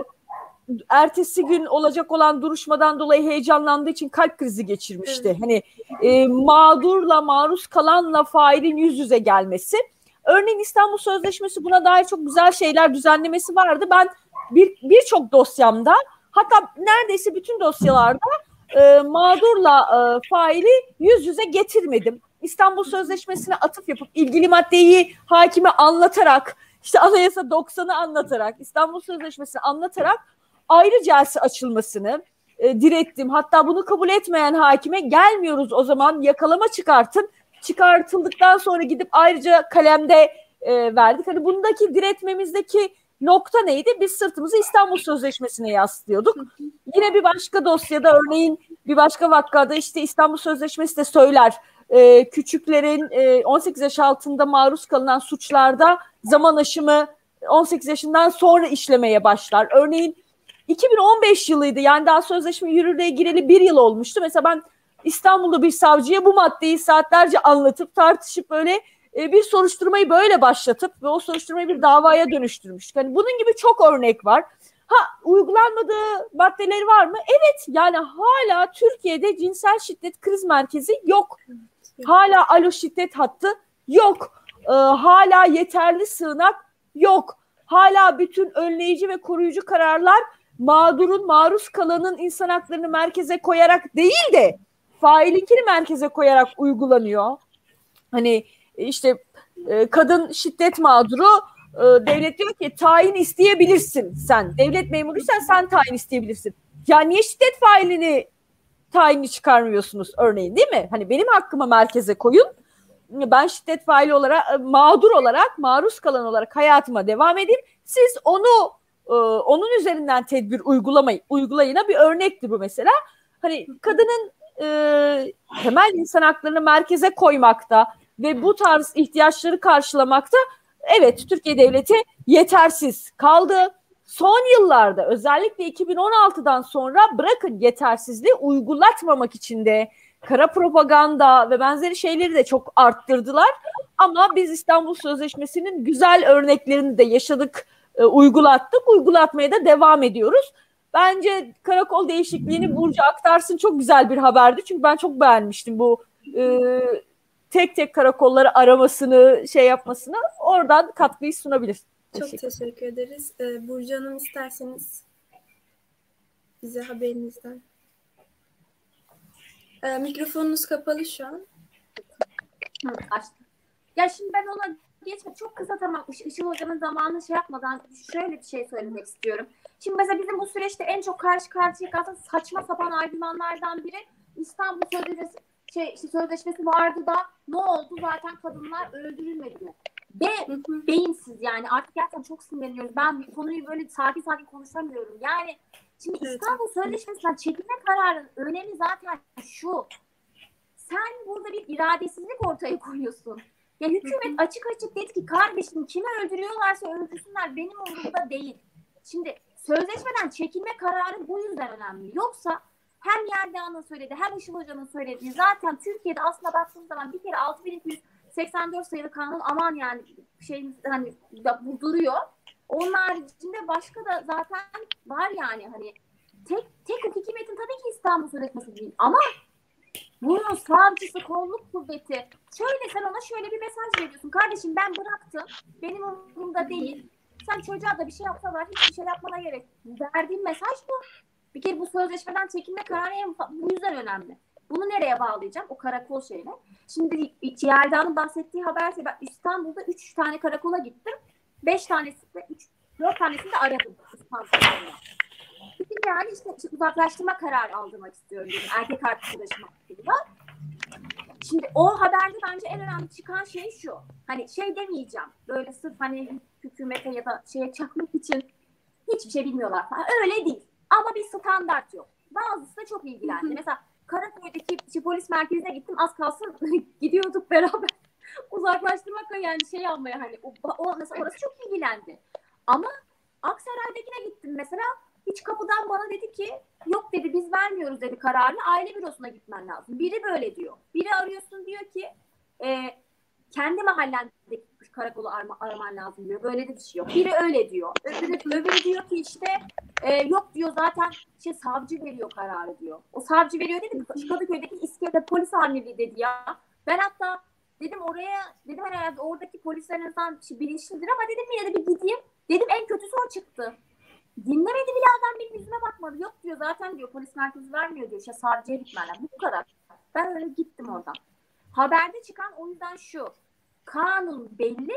ertesi gün olacak olan duruşmadan dolayı heyecanlandığı için kalp krizi geçirmişti. Evet. Hani e, mağdurla, maruz kalanla failin yüz yüze gelmesi. Örneğin İstanbul Sözleşmesi buna dair çok güzel şeyler, düzenlemesi vardı. Ben bir birçok dosyamda, hatta neredeyse bütün dosyalarda e, mağdurla e, faili yüz yüze getirmedim. İstanbul Sözleşmesi'ne atıf yapıp ilgili maddeyi hakime anlatarak, işte Anayasa doksanı anlatarak, İstanbul Sözleşmesi'ni anlatarak ayrı celse açılmasını e, direttim. Hatta bunu kabul etmeyen hakime gelmiyoruz o zaman, yakalama çıkartın. Çıkartıldıktan sonra gidip ayrıca kalemde e, verdik. Hani bundaki diretmemizdeki nokta neydi? Biz sırtımızı İstanbul Sözleşmesi'ne yaslıyorduk. Yine bir başka dosyada, örneğin bir başka vakada işte İstanbul Sözleşmesi de söyler. Ee, küçüklerin e, on sekiz yaş altında maruz kalınan suçlarda zaman aşımı on sekiz yaşından sonra işlemeye başlar. Örneğin iki bin on beş yılıydı, yani daha sözleşme yürürlüğe gireli bir yıl olmuştu. Mesela ben İstanbul'da bir savcıya bu maddeyi saatlerce anlatıp tartışıp böyle e, bir soruşturmayı böyle başlatıp ve o soruşturmayı bir davaya dönüştürmüştük. Yani bunun gibi çok örnek var. Ha, uygulanmadığı maddeleri var mı? Evet, yani hala Türkiye'de cinsel şiddet kriz merkezi yok. Hala alo şiddet hattı yok. Ee, hala yeterli sığınak yok. Hala bütün önleyici ve koruyucu kararlar mağdurun, maruz kalanın insan haklarını merkeze koyarak değil de failinkini merkeze koyarak uygulanıyor. Hani işte e, kadın şiddet mağduru, e, devlet diyor ki tayin isteyebilirsin sen. Devlet memuruysan sen tayin isteyebilirsin. Ya niye şiddet failini tayini çıkarmıyorsunuz örneğin, değil mi? Hani benim hakkımı merkeze koyun. Ben şiddet faili olarak, mağdur olarak, maruz kalan olarak hayatıma devam edeyim. Siz onu e, onun üzerinden tedbir uygulamayı uygulayına bir örnekti bu mesela. Hani kadının e, temel insan haklarını merkeze koymakta ve bu tarz ihtiyaçları karşılamakta evet Türkiye Devleti yetersiz kaldı. Son yıllarda özellikle iki bin on altıdan sonra bırakın yetersizliği uygulatmamak için de kara propaganda ve benzeri şeyleri de çok arttırdılar. Ama biz İstanbul Sözleşmesi'nin güzel örneklerini de yaşadık, e, uygulattık, uygulatmaya da devam ediyoruz. Bence karakol değişikliğini Burcu aktarsın, çok güzel bir haberdi. Çünkü ben çok beğenmiştim bu e, tek tek karakolları aramasını, şey yapmasını. Oradan katkıyı sunabilir. Çok teşekkür, teşekkür ederiz. Ee, Burcu Hanım, isterseniz bize haberinizden. Ee, mikrofonunuz kapalı şu an. Hı, açtım. Ya şimdi ben ona geçme çok kısa, tamam, Işıl Hocam'ın zamanını şey yapmadan şöyle bir şey söylemek istiyorum. Şimdi mesela bizim bu süreçte en çok karşı karşıya kalan saçma sapan argümanlardan biri İstanbul Sözleşmesi, şey, işte Sözleşmesi vardı da ne oldu, zaten kadınlar öldürülmedi. Ve beyinsiz, yani artık gerçekten çok sinirleniyoruz. Ben bu konuyu böyle sakin sakin konuşamıyorum. Yani şimdi İstanbul Sözleşmesi'nden çekilme kararının önemi zaten şu. Sen burada bir iradesizlik ortaya koyuyorsun. Ya hükümet açık açık dedi ki kardeşim kimi öldürüyorlarsa öldürsünler, benim umurumda değil. Şimdi sözleşmeden çekilme kararı bu yüzden önemli. Yoksa hem Yelda'nın söylediği hem Işıl Hoca'nın söylediği, zaten Türkiye'de aslında baktığımız zaman bir kere altı bin iki yüz seksen dört sayılı kanun aman yani şey hani bu duruyor. Onun haricinde başka da zaten var yani, hani tek tek hukuki metin tabii ki İstanbul Sözleşmesi değil ama bunun savcısı, kolluk kuvveti, şöyle sen ona şöyle bir mesaj veriyorsun. Kardeşim ben bıraktım, benim umurumda değil. Sen çocuğa da bir şey yapsalar hiçbir şey yapmana gerek. Verdiğim mesaj bu. Bir kere bu sözleşmeden çekilme kararı bu yüzden önemli. Bunu nereye bağlayacağım? O karakol şeyine. Şimdi Yelda'nın bahsettiği haberse ben İstanbul'da üç tane karakola gittim. Beş tanesi de, üç, dört tanesini de aradım İstanbul'da. Bir yani işte, işte uzaklaştırma kararı aldırmak istiyorum dedim. Erkek arkadaşım hakkında. Şimdi o haberde bence en önemli çıkan şey şu. Hani şey demeyeceğim. Böyle sırf hani hükümete ya da şeye çakmak için hiçbir şey bilmiyorlar falan. Öyle değil. Ama bir standart yok. Bazısı da çok ilgilendi. Mesela Karaköy'deki işte polis merkezine gittim. Az kalsın gidiyorduk beraber. Uzaklaştırmak yani şey almaya hani. O, o mesela orası çok ilgilendi. Ama Aksaray'dakine gittim mesela. Hiç kapıdan bana dedi ki yok dedi, biz vermiyoruz dedi kararını, aile bürosuna gitmen lazım. Biri böyle diyor. Biri arıyorsun diyor ki e, kendi mahallendeki karakolu arama, araman lazım diyor. Böyle de bir şey yok. Biri öyle diyor. Öbürü, öbürü diyor ki işte e, yok diyor zaten şey savcı veriyor kararı diyor. O savcı veriyor dedi. Kadıköy'deki İskele polis amirliği dedi ya. Ben hatta dedim oraya dedim herhalde oradaki polislerin şey, bilinçlidir ama dedim yine de bir gideyim. Dedim en kötüsü o çıktı. Dinlemedi bile adam, benim yüzüme bakmadı. Yok diyor zaten diyor polis merkezi vermiyor diyor. İşte savcıya gitmenler. Bu kadar. Ben öyle gittim oradan. Haberde çıkan o yüzden şu. Kanun belli.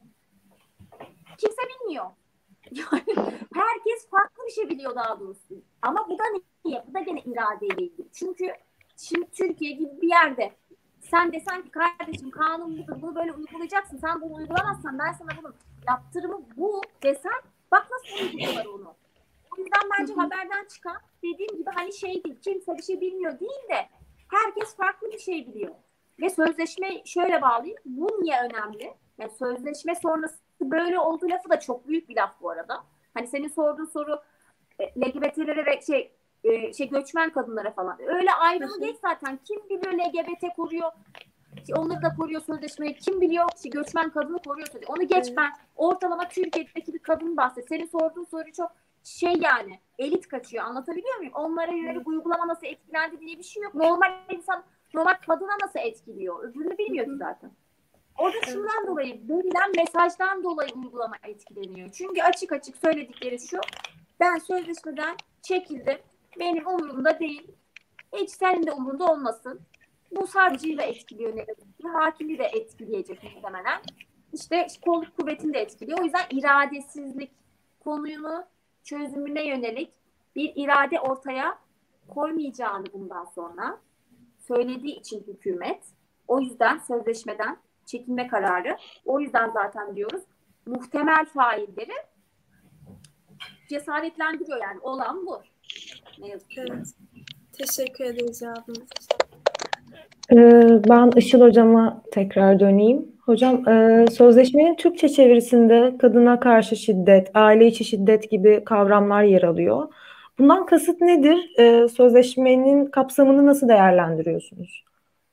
Kimse bilmiyor. Yani herkes farklı bir şey biliyor daha doğrusu. Ama bu da niye? Bu da gene iradeyle ilgili. Çünkü şimdi Türkiye gibi bir yerde sen desen ki kardeşim kanun budur, bunu böyle uygulayacaksın. Sen bunu uygulamazsan ben sana bunun yaptırımı bu desen Bak nasıl uyguluyorlar onu. O yüzden bence haberden çıkan, dediğim gibi hani şey değil, kimse bir şey bilmiyor değil de herkes farklı bir şey biliyor. Ve sözleşme şöyle bağlayayım. Bu niye önemli? Yani sözleşme sonrası böyle olduğu lafı da çok büyük bir laf bu arada. Hani senin sorduğun soru L G B T'lere ve şey, e, şey göçmen kadınlara falan. Öyle ayrımı geç zaten. Kim biliyor L G B T koruyor? Onları da koruyor sözleşmeyi. Kim biliyor işte göçmen kadını koruyor sözleşmeyi. Onu geç, ben ortalama Türkiye'deki bir kadın bahset. Senin sorduğun soru çok şey yani elit kaçıyor. Anlatabiliyor muyum? Onlara yönelik uygulama nasıl etkilendi diye bir şey yok. Normal insan, normal kadına nasıl etkiliyor? Öbürünü bilmiyor ki zaten. Orada şundan dolayı, verilen mesajdan dolayı uygulama etkileniyor. Çünkü açık açık söyledikleri şu: ben sözleşmeden çekildim. Benim umurumda değil. Hiç senin de umurunda olmasın. Bu savcıyı da etkiliyor ne yazık ki. Hakimi de etkileyecek muhtemelen. İşte kolluk kuvvetini de etkiliyor. O yüzden iradesizlik konuyunu çözümüne yönelik bir irade ortaya koymayacağını bundan sonra söylediği için hükümet, o yüzden sözleşmeden çekilme kararı, o yüzden zaten diyoruz muhtemel failleri cesaretlendiriyor, yani olan bu. Ne yazık ki. Evet. Teşekkür ederiz cevabınız için. Ee, Ben Işıl hocama tekrar döneyim. Hocam, e, sözleşmenin Türkçe çevirisinde kadına karşı şiddet, aile içi şiddet gibi kavramlar yer alıyor. Bundan kasıt nedir? E, Sözleşmenin kapsamını nasıl değerlendiriyorsunuz?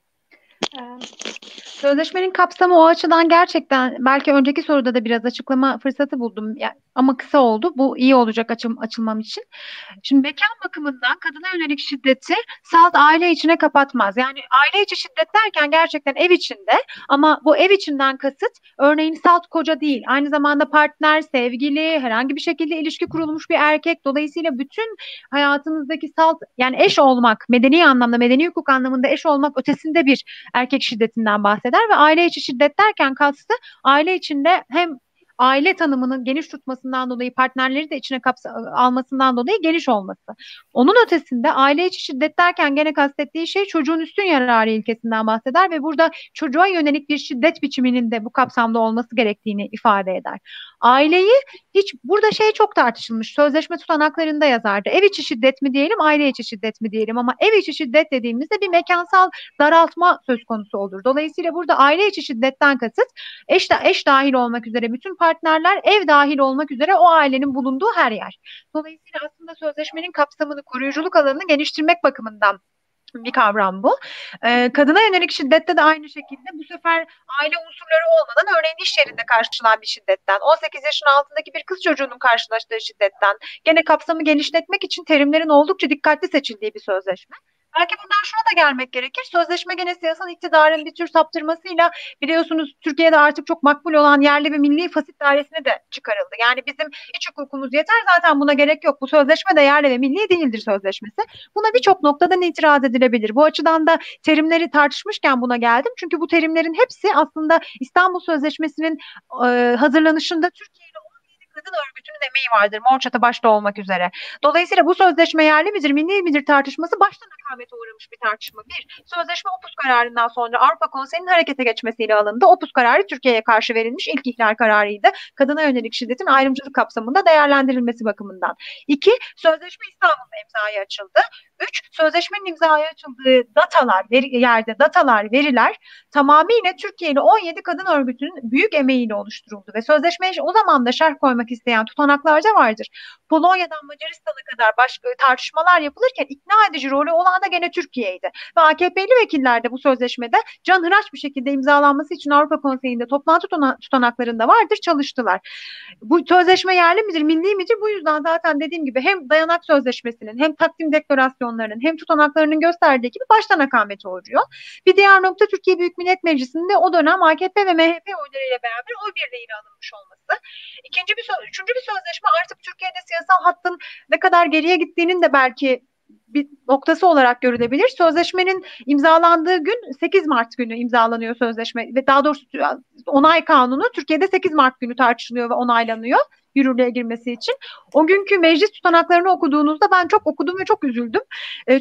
Sözleşmenin kapsamı o açıdan gerçekten, belki önceki soruda da biraz açıklama fırsatı buldum ya, ama kısa oldu. Bu iyi olacak açım, açılmam için. Şimdi mekan bakımından kadına yönelik şiddeti salt aile içine kapatmaz. Yani aile içi şiddet derken gerçekten ev içinde, ama bu ev içinden kasıt örneğin salt koca değil. Aynı zamanda partner, sevgili, herhangi bir şekilde ilişki kurulmuş bir erkek. Dolayısıyla bütün hayatımızdaki salt, yani eş olmak, medeni anlamda, medeni hukuk anlamında eş olmak ötesinde bir erkek şiddetinden bahseder ve aile içi şiddet derken kastı aile içinde hem aile tanımının geniş tutmasından dolayı, partnerleri de içine kapsa almasından dolayı geniş olması. Onun ötesinde aile içi şiddet derken gene kastettiği şey çocuğun üstün yararı ilkesinden bahseder ve burada çocuğa yönelik bir şiddet biçiminin de bu kapsamda olması gerektiğini ifade eder. Aileyi hiç, burada şey çok tartışılmış, sözleşme tutanaklarında yazardı. Ev içi şiddet mi diyelim, aile içi şiddet mi diyelim, ama ev içi şiddet dediğimizde bir mekansal daraltma söz konusu olur. Dolayısıyla burada aile içi şiddetten kasıt eş, eş dahil olmak üzere bütün partnerler, ev dahil olmak üzere o ailenin bulunduğu her yer. Dolayısıyla aslında sözleşmenin kapsamını, koruyuculuk alanını geliştirmek bakımından bir kavram bu. Ee, kadına yönelik şiddette de aynı şekilde bu sefer aile unsurları olmadan, örneğin iş yerinde karşılanan bir şiddetten, on sekiz yaşın altındaki bir kız çocuğunun karşılaştığı şiddetten, gene kapsamı genişletmek için terimlerin oldukça dikkatli seçildiği bir sözleşme. Belki bundan şuna da gelmek gerekir. Sözleşme gene siyasal iktidarın bir tür saptırmasıyla, biliyorsunuz Türkiye'de artık çok makbul olan yerli ve milli fasit dairesine de çıkarıldı. Yani bizim iç hukukumuz yeter, zaten buna gerek yok. Bu sözleşme de yerli ve milli değildir sözleşmesi. Buna birçok noktadan itiraz edilebilir. Bu açıdan da terimleri tartışmışken buna geldim. Çünkü bu terimlerin hepsi aslında İstanbul Sözleşmesi'nin e, hazırlanışında Türkiye'de kadın örgütünün emeği vardır, Mor Çatı başta olmak üzere. Dolayısıyla bu sözleşme yerli midir, milli midir tartışması baştan akamete uğramış bir tartışma. Bir, sözleşme Opus kararından sonra Avrupa Konseyi'nin harekete geçmesiyle alındı. Opus kararı Türkiye'ye karşı verilmiş ilk ihlal kararıydı. Kadına yönelik şiddetin ayrımcılık kapsamında değerlendirilmesi bakımından. İki, sözleşme İstanbul'da imzaya açıldı. Üç, sözleşmenin imzaya açıldığı datalar, veri, yerde datalar, veriler tamamıyla Türkiye'li on yedi kadın örgütünün büyük emeğiyle oluşturuldu ve sözleşmeye o zaman da şerh koymak isteyen tutanaklarca vardır. Polonya'dan Macaristan'a kadar başka tartışmalar yapılırken ikna edici rolü olan da gene Türkiye'ydi. Ve A K P'li vekiller de bu sözleşmede canhıraş bir şekilde imzalanması için Avrupa Konseyi'nde toplantı tutanaklarında vardır, çalıştılar. Bu sözleşme yerli midir, milli midir? Bu yüzden zaten dediğim gibi hem dayanak sözleşmesinin, hem takdim deklarasyonlarının, hem tutanaklarının gösterdiği gibi baştan akamete uğruyor. Bir diğer nokta, Türkiye Büyük Millet Meclisi'nde o dönem A K P ve M H P oylarıyla beraber oy birliğiyle alınmış olması. İkinci bir, üçüncü bir sözleşme artık Türkiye'de siyasal hattın ne kadar geriye gittiğinin de belki bir noktası olarak görülebilir. Sözleşmenin imzalandığı gün sekiz Mart günü imzalanıyor sözleşme ve daha doğrusu onay kanunu Türkiye'de sekiz Mart günü tartışılıyor ve onaylanıyor yürürlüğe girmesi için. O günkü meclis tutanaklarını okuduğunuzda ben çok okudum ve çok üzüldüm. E, çünkü şöyle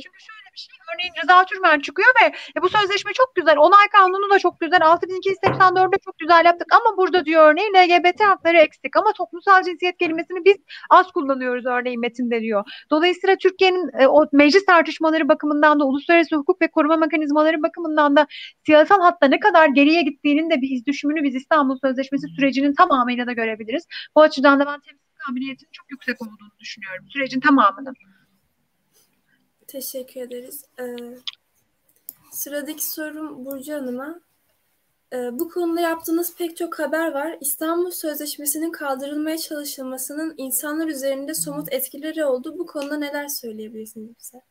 bir şey. Örneğin Rıza Türmen çıkıyor ve e, bu sözleşme çok güzel. Onay kanunu da çok güzel. altı bin iki yüz seksen dörtte çok güzel yaptık ama burada diyor örneğin L G B T hakları eksik ama toplumsal cinsiyet kelimesini biz az kullanıyoruz örneğin metinde diyor. Dolayısıyla Türkiye'nin e, o meclis tartışmaları bakımından da uluslararası hukuk ve koruma mekanizmaları bakımından da siyasal hatta ne kadar geriye gittiğinin de bir iz düşümünü biz İstanbul Sözleşmesi sürecinin tamamıyla da görebiliriz. Bu açıdan da ben temsil kabiliyetinin çok yüksek olduğunu düşünüyorum. Sürecin tamamının. Teşekkür ederiz. Ee, sıradaki sorum Burcu Hanım'a. Ee, bu konuda yaptığınız pek çok haber var. İstanbul Sözleşmesi'nin kaldırılmaya çalışılmasının insanlar üzerinde somut etkileri oldu. Bu konuda neler söyleyebilirsiniz bize?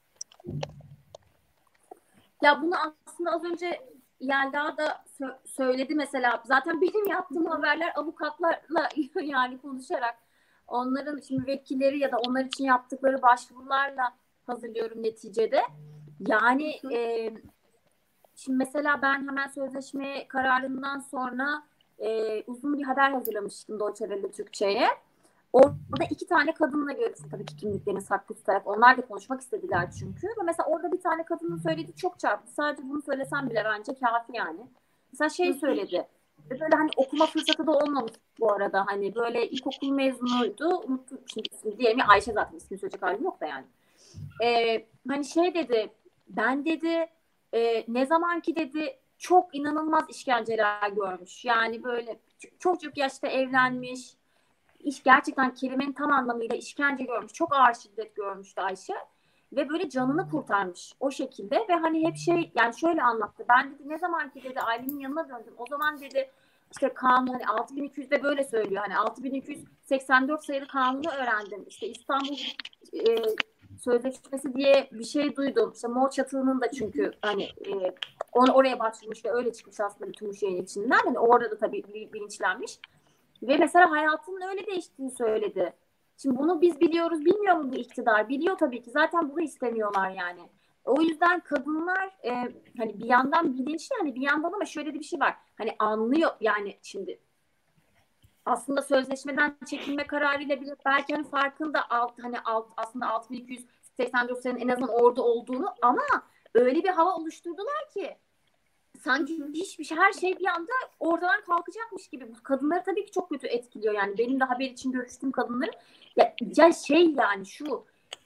Ya bunu aslında az önce Yelda da sö- söyledi mesela. Zaten benim yaptığım haberler avukatlarla yani konuşarak onların şimdi müvekkilleri ya da onlar için yaptıkları başvurularla hazırlıyorum neticede. Yani e, şimdi mesela ben hemen sözleşme kararından sonra e, uzun bir haber hazırlamıştım Deutsche Welle Türkçe'ye. Orada iki tane kadınla görüştüm tabii ki kimliklerini saklı tutarak. Onlar da konuşmak istediler çünkü. Ve mesela orada bir tane kadının söylediği çok çarptı. Sadece bunu söylesem bile bence kafi yani. Mesela şey söyledi. Böyle hani okuma fırsatı da olmamış bu arada. Hani böyle ilkokul mezunuydu. Unuttum şimdi ismi diyelim. Ayşe zaten ismini söyleyecek halim yok da yani. Ee, hani şey dedi. Ben dedi e, ne zaman ki dedi çok inanılmaz işkenceler görmüş. Yani böyle çok çok yaşta evlenmiş. İş gerçekten kelimenin tam anlamıyla işkence görmüş. Çok ağır şiddet görmüştü Ayşe. Ve böyle canını kurtarmış o şekilde. Ve hani hep şey yani şöyle anlattı. Ben dedi ne zaman ki dedi ailemin yanına döndüm. O zaman dedi işte kanun hani altı bin iki yüzde böyle söylüyor. Hani altı bin iki yüz seksen dört sayılı kanunu öğrendim. İşte İstanbul e, Sözleşmesi diye bir şey duydum. İşte Mor Çatığı'nın da çünkü hani e, onu oraya başvurmuş ve öyle çıkmış aslında bütün bu şeyin içinden. Hani orada da tabii bilinçlenmiş. Ve mesela hayatının öyle değiştiğini söyledi. Şimdi bunu biz biliyoruz, bilmiyor mu bu iktidar? Biliyor tabii ki. Zaten bunu istemiyorlar yani. O yüzden kadınlar e, hani bir yandan bilinçli hani bir yandan ama şöyle de bir şey var. Hani anlıyor yani şimdi aslında sözleşmeden çekilme kararıyla bile belki hani farkında alt, hani alt, aslında altı bin iki yüz seksen dört senenin en azından orada olduğunu ama öyle bir hava oluşturdular ki sanki hiçbir şey, her şey bir anda ortadan kalkacakmış gibi. Bu kadınları tabii ki çok kötü etkiliyor. Yani benim de haber için görüştüğüm kadınları ya, ya şey yani şu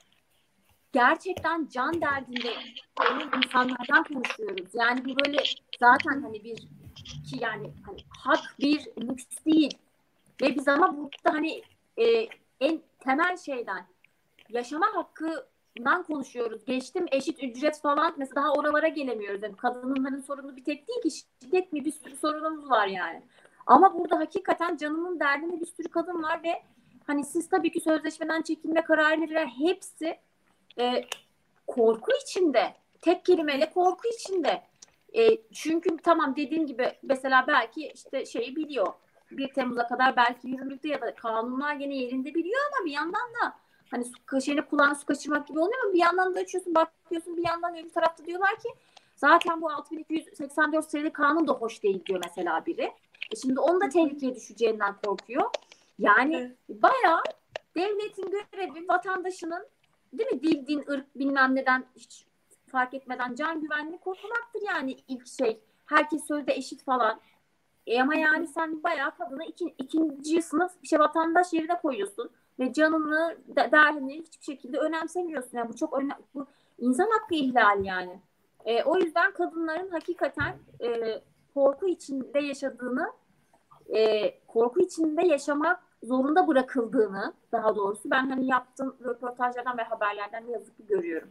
gerçekten can derdinde olan insanlardan konuşuyoruz. Yani bu böyle zaten hani bir ki yani hani hak bir lüks değil. Ve biz ama burada hani e, en temel şeyden yaşama hakkından konuşuyoruz. Geçtim eşit ücret falan mesela daha oralara gelemiyoruz. Yani kadınların sorunu bir tek değil ki şiddet mi bir sürü sorunumuz var yani. Ama burada hakikaten canının derdinde bir sürü kadın var ve hani siz tabii ki sözleşmeden çekilme kararını veren hepsi e, korku içinde. Tek kelimeyle korku içinde. E, çünkü tamam dediğim gibi mesela belki işte şeyi biliyor. bir Temmuz'a kadar belki yürürlükte ya da kanunlar gene yerinde biliyor ama bir yandan da hani su, şeyini kulağını su kaçırmak gibi olmuyor ama bir yandan da açıyorsun bakıyorsun bir yandan öbür tarafta diyorlar ki zaten bu altı bin iki yüz seksen dört sayılı kanun da hoş değil diyor mesela biri. E şimdi onun da tehlikeye düşeceğinden korkuyor. Yani evet. Bayağı devletin görevi vatandaşının değil mi dil, din, ırk bilmem neden hiç fark etmeden can güvenliğini korumaktır yani ilk şey. Herkes sözde eşit falan. E ama yani sen bayağı kadını iki, ikinci sınıf bir şey vatandaş yerine koyuyorsun ve canını, derdini hiçbir şekilde önemsemiyorsun. Yani bu çok önemli. Bu insan hakkı ihlali yani. E, o yüzden kadınların hakikaten e, korku içinde yaşadığını, e, korku içinde yaşamak zorunda bırakıldığını daha doğrusu ben hani yaptığım röportajlardan ve haberlerden ne yazık ki görüyorum.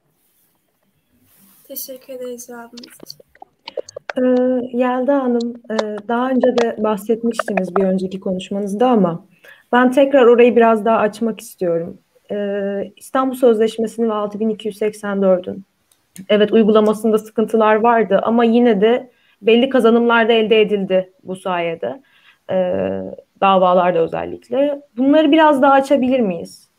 Teşekkür ederiz cevabınız için. Ee, Yelda Hanım, e, daha önce de bahsetmiştiniz bir önceki konuşmanızda ama ben tekrar orayı biraz daha açmak istiyorum. Ee, İstanbul Sözleşmesi'nin ve altı bin iki yüz seksen dördün evet uygulamasında sıkıntılar vardı ama yine de belli kazanımlar da elde edildi bu sayede. Ee, davalarda özellikle. Bunları biraz daha açabilir miyiz?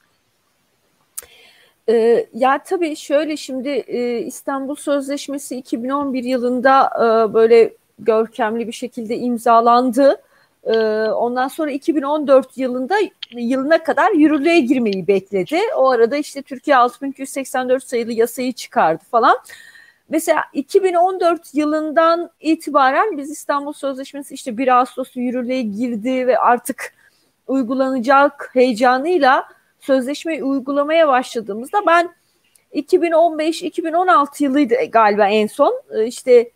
Ee, ya tabii şöyle şimdi e, İstanbul Sözleşmesi iki bin on bir yılında e, böyle görkemli bir şekilde imzalandı. E, ondan sonra iki bin on dört yılında yılına kadar yürürlüğe girmeyi bekledi. O arada işte Türkiye altı bin iki yüz seksen dört sayılı yasayı çıkardı falan. Mesela iki bin on dört yılından itibaren biz İstanbul Sözleşmesi işte bir Ağustos'ta yürürlüğe girdi ve artık uygulanacak heyecanıyla sözleşmeyi uygulamaya başladığımızda ben iki bin on beş iki bin on altı yılıydı galiba en son işte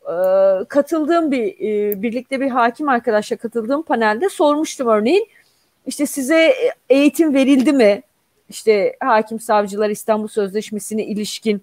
katıldığım bir birlikte bir hakim arkadaşla katıldığım panelde sormuştum örneğin işte size eğitim verildi mi? İşte hakim savcılar İstanbul Sözleşmesi'ne ilişkin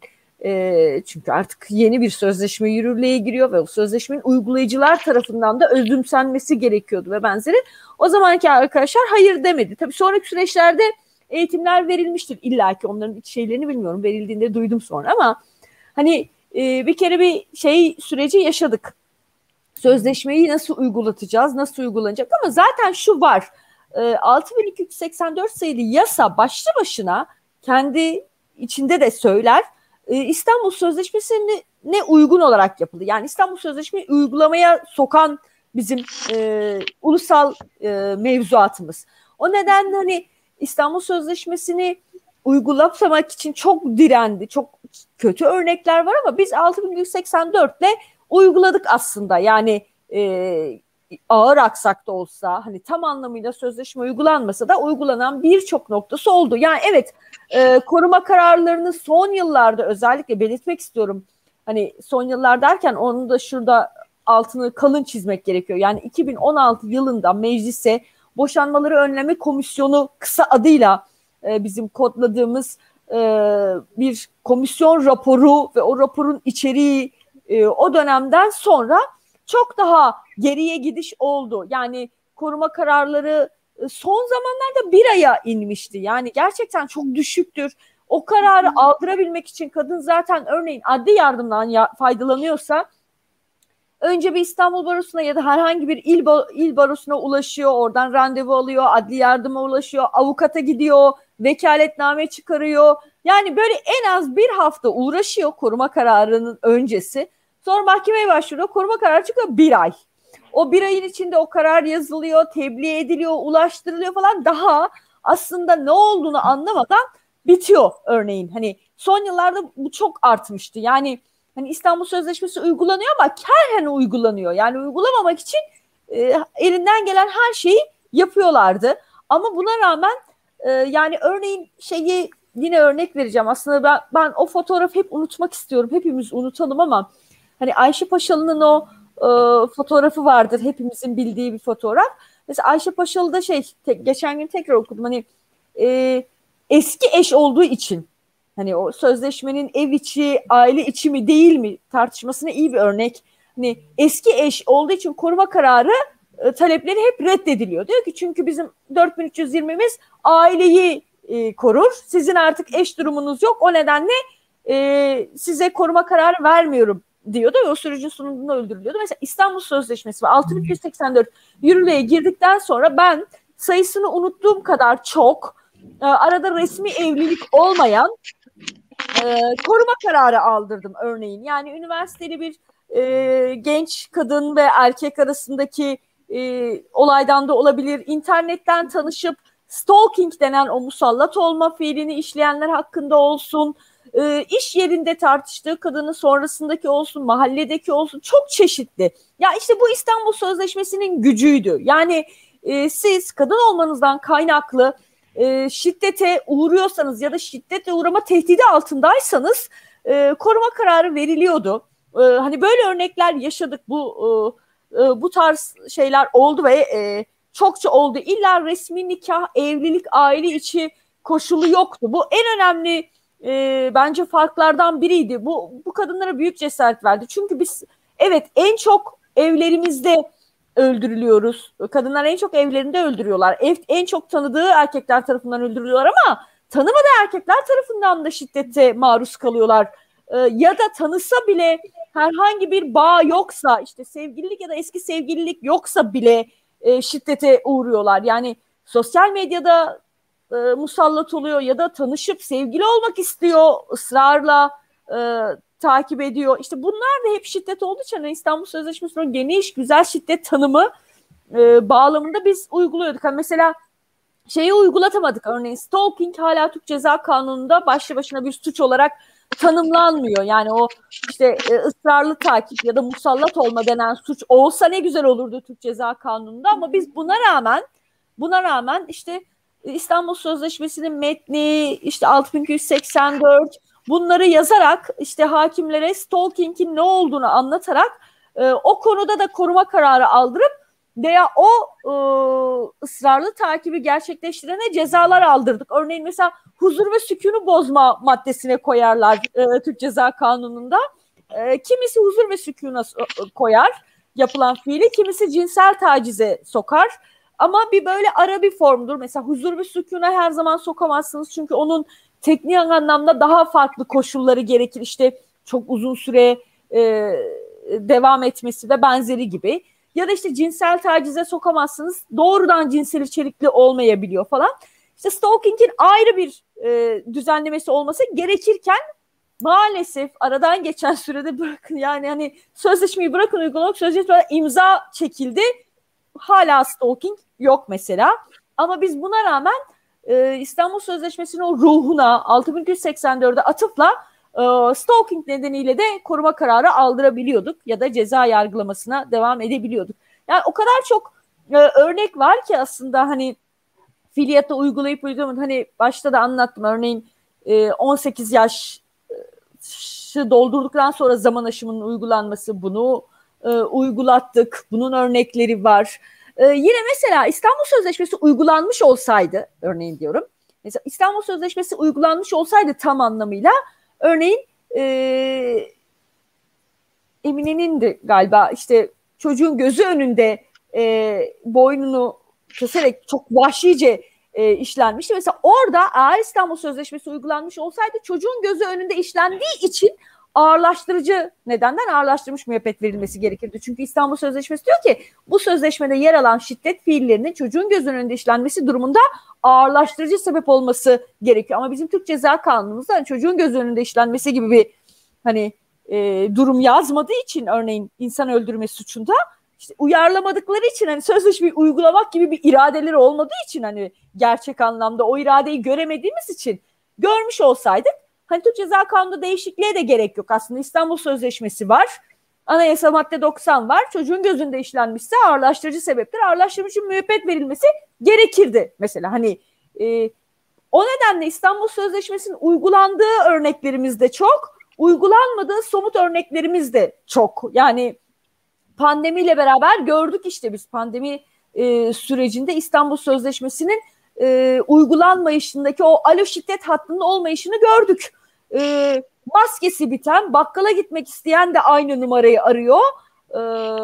e, çünkü artık yeni bir sözleşme yürürlüğe giriyor ve o sözleşmenin uygulayıcılar tarafından da özümsenmesi gerekiyordu ve benzeri. O zamanki arkadaşlar hayır demedi. Tabii sonraki süreçlerde eğitimler verilmiştir. İlla ki onların iç şeylerini bilmiyorum. Verildiğinde duydum sonra ama hani e, bir kere bir şey süreci yaşadık. Sözleşmeyi nasıl uygulatacağız, nasıl uygulanacak ama zaten şu var. E, altı bin iki yüz seksen dört sayılı yasa başlı başına kendi içinde de söyler. E, İstanbul Sözleşmesi'ne ne uygun olarak yapıldı. Yani İstanbul Sözleşmeyi uygulamaya sokan bizim e, ulusal e, mevzuatımız. O nedenle hani İstanbul Sözleşmesi'ni uygulamak için çok direndi. Çok kötü örnekler var ama biz altı bin iki yüz seksen dörtle uyguladık aslında. Yani e, ağır aksak da olsa hani tam anlamıyla sözleşme uygulanmasa da uygulanan birçok noktası oldu. Yani evet e, koruma kararlarını son yıllarda özellikle belirtmek istiyorum. Hani son yıllar derken onu da şurada altını kalın çizmek gerekiyor. Yani iki bin on altı yılında meclise Boşanmaları Önleme Komisyonu kısa adıyla e, bizim kodladığımız e, bir komisyon raporu ve o raporun içeriği e, o dönemden sonra çok daha geriye gidiş oldu. Yani koruma kararları e, son zamanlarda bir aya inmişti. Yani gerçekten çok düşüktür. O kararı aldırabilmek için kadın zaten örneğin adli yardımdan ya, faydalanıyorsa önce bir İstanbul Barosu'na ya da herhangi bir il, il barosuna ulaşıyor. Oradan randevu alıyor, adli yardıma ulaşıyor, avukata gidiyor, vekaletname çıkarıyor. Yani böyle en az bir hafta uğraşıyor koruma kararının öncesi. Sonra mahkemeye başvuruyor, koruma kararı çıkıyor bir ay. O bir ayın içinde o karar yazılıyor, tebliğ ediliyor, ulaştırılıyor falan. Daha aslında ne olduğunu anlamadan bitiyor örneğin. Hani son yıllarda bu çok artmıştı. Yani hani İstanbul Sözleşmesi uygulanıyor ama kerhen uygulanıyor. Yani uygulamamak için e, elinden gelen her şeyi yapıyorlardı. Ama buna rağmen e, yani örneğin şeyi yine örnek vereceğim. Aslında ben, ben o fotoğrafı hep unutmak istiyorum. Hepimiz unutalım ama hani Ayşe Paşalı'nın o e, fotoğrafı vardır. Hepimizin bildiği bir fotoğraf. Mesela Ayşe Paşalı'da şey te, geçen gün tekrar okudum. Hani e, eski eş olduğu için hani o sözleşmenin ev içi, aile içi mi değil mi tartışmasına iyi bir örnek. Hani eski eş olduğu için koruma kararı e, talepleri hep reddediliyor. Diyor ki çünkü bizim dört bin üç yüz yirmimiz aileyi e, korur. Sizin artık eş durumunuz yok. O nedenle e, size koruma kararı vermiyorum diyordu ve o sürecin sonunda öldürülüyordu. Mesela İstanbul Sözleşmesi ve altı bin iki yüz seksen dört yürürlüğe girdikten sonra ben sayısını unuttuğum kadar çok e, arada resmi evlilik olmayan e, koruma kararı aldırdım örneğin. Yani üniversiteli bir e, genç kadın ve erkek arasındaki e, olaydan da olabilir. İnternetten tanışıp stalking denen o musallat olma fiilini işleyenler hakkında olsun. E, iş yerinde tartıştığı kadının sonrasındaki olsun, mahalledeki olsun çok çeşitli. Ya işte bu İstanbul Sözleşmesi'nin gücüydü. Yani e, siz kadın olmanızdan kaynaklı e, şiddete uğruyorsanız ya da şiddete uğrama tehdidi altındaysanız e, koruma kararı veriliyordu. E, hani böyle örnekler yaşadık. Bu e, e, bu tarz şeyler oldu ve e, çokça oldu. İlla resmi nikah, evlilik, aile içi koşulu yoktu. Bu en önemli e, bence farklardan biriydi. Bu bu kadınlara büyük cesaret verdi. Çünkü biz evet en çok evlerimizde öldürülüyoruz. Kadınlar en çok evlerinde öldürüyorlar. Ev, en çok tanıdığı erkekler tarafından öldürülüyorlar ama tanımadığı erkekler tarafından da şiddete maruz kalıyorlar. Ee, ya da tanısa bile herhangi bir bağ yoksa, işte sevgililik ya da eski sevgililik yoksa bile e, şiddete uğruyorlar. Yani sosyal medyada e, musallat oluyor ya da tanışıp sevgili olmak istiyor, ısrarla e, takip ediyor. İşte bunlar da hep şiddet olduğu için İstanbul Sözleşmesi'nin geniş, güzel şiddet tanımı e, bağlamında biz uyguluyorduk. Yani mesela şeyi uygulatamadık. Örneğin stalking hala Türk Ceza Kanunu'nda başlı başına bir suç olarak tanımlanmıyor. Yani o işte e, ısrarlı takip ya da musallat olma denen suç olsa ne güzel olurdu Türk Ceza Kanunu'nda, ama biz buna rağmen buna rağmen işte İstanbul Sözleşmesi'nin metni, işte altı bin iki yüz seksen dört, bunları yazarak işte hakimlere stalking'in ne olduğunu anlatarak e, o konuda da koruma kararı aldırıp veya o e, ısrarlı takibi gerçekleştirene cezalar aldırdık. Örneğin mesela huzur ve sükûnu bozma maddesine koyarlar e, Türk Ceza Kanunu'nda. E, kimisi huzur ve sükûna koyar yapılan fiili, kimisi cinsel tacize sokar. Ama bir böyle ara bir formdur. Mesela huzur ve sükûna her zaman sokamazsınız. Çünkü onun teknik anlamda daha farklı koşulları gerekir. İşte çok uzun süre e, devam etmesi ve benzeri gibi. Ya da işte cinsel tacize sokamazsınız. Doğrudan cinsel içerikli olmayabiliyor falan. İşte stalking'in ayrı bir e, düzenlemesi olması gerekirken maalesef aradan geçen sürede bırakın, yani hani sözleşmeyi bırakın uygulamak, sözleşmeye imza çekildi. Hala stalking yok mesela. Ama biz buna rağmen e, İstanbul Sözleşmesi'nin o ruhuna altı bin iki yüz seksen dörde atıfla e, stalking nedeniyle de koruma kararı aldırabiliyorduk ya da ceza yargılamasına devam edebiliyorduk. Yani o kadar çok e, örnek var ki aslında hani fiiliyatta uygulayıp uygulamadık. Hani başta da anlattım, örneğin e, on sekiz yaşı doldurduktan sonra zaman aşımının uygulanması, bunu e, uygulattık. Bunun örnekleri var. E, yine mesela İstanbul Sözleşmesi uygulanmış olsaydı, örneğin diyorum, mesela İstanbul Sözleşmesi uygulanmış olsaydı tam anlamıyla, örneğin e, Emine'nin de galiba işte çocuğun gözü önünde e, boynunu keserek çok vahşice e, işlenmişti. Mesela orada eğer İstanbul Sözleşmesi uygulanmış olsaydı çocuğun gözü önünde işlendiği için ağırlaştırıcı nedenden ağırlaştırılmış müebbet verilmesi gerekirdi. Çünkü İstanbul Sözleşmesi diyor ki bu sözleşmede yer alan şiddet fiillerinin çocuğun gözünün önünde işlenmesi durumunda ağırlaştırıcı sebep olması gerekiyor. Ama bizim Türk Ceza Kanunumuzda hani çocuğun gözü önünde işlenmesi gibi bir hani e, durum yazmadığı için, örneğin insan öldürme suçunda işte uyarlamadıkları için, hani sözleşmeyi uygulamak gibi bir iradeleri olmadığı için, hani gerçek anlamda o iradeyi göremediğimiz için, görmüş olsaydık hani Türk Ceza Kanunu'nda değişikliğe de gerek yok. Aslında İstanbul Sözleşmesi var. Anayasa madde doksan var. Çocuğun gözünde işlenmişse ağırlaştırıcı sebeptir. Ağırlaştırıcı müebbet verilmesi gerekirdi. Mesela hani e, o nedenle İstanbul Sözleşmesi'nin uygulandığı örneklerimiz de çok, uygulanmadığı somut örneklerimiz de çok. Yani pandemiyle beraber gördük işte biz pandemi e, sürecinde İstanbul Sözleşmesi'nin e, uygulanmayışındaki o alo şiddet hattının olmayışını gördük. E, maskesi biten, bakkala gitmek isteyen de aynı numarayı arıyor. E,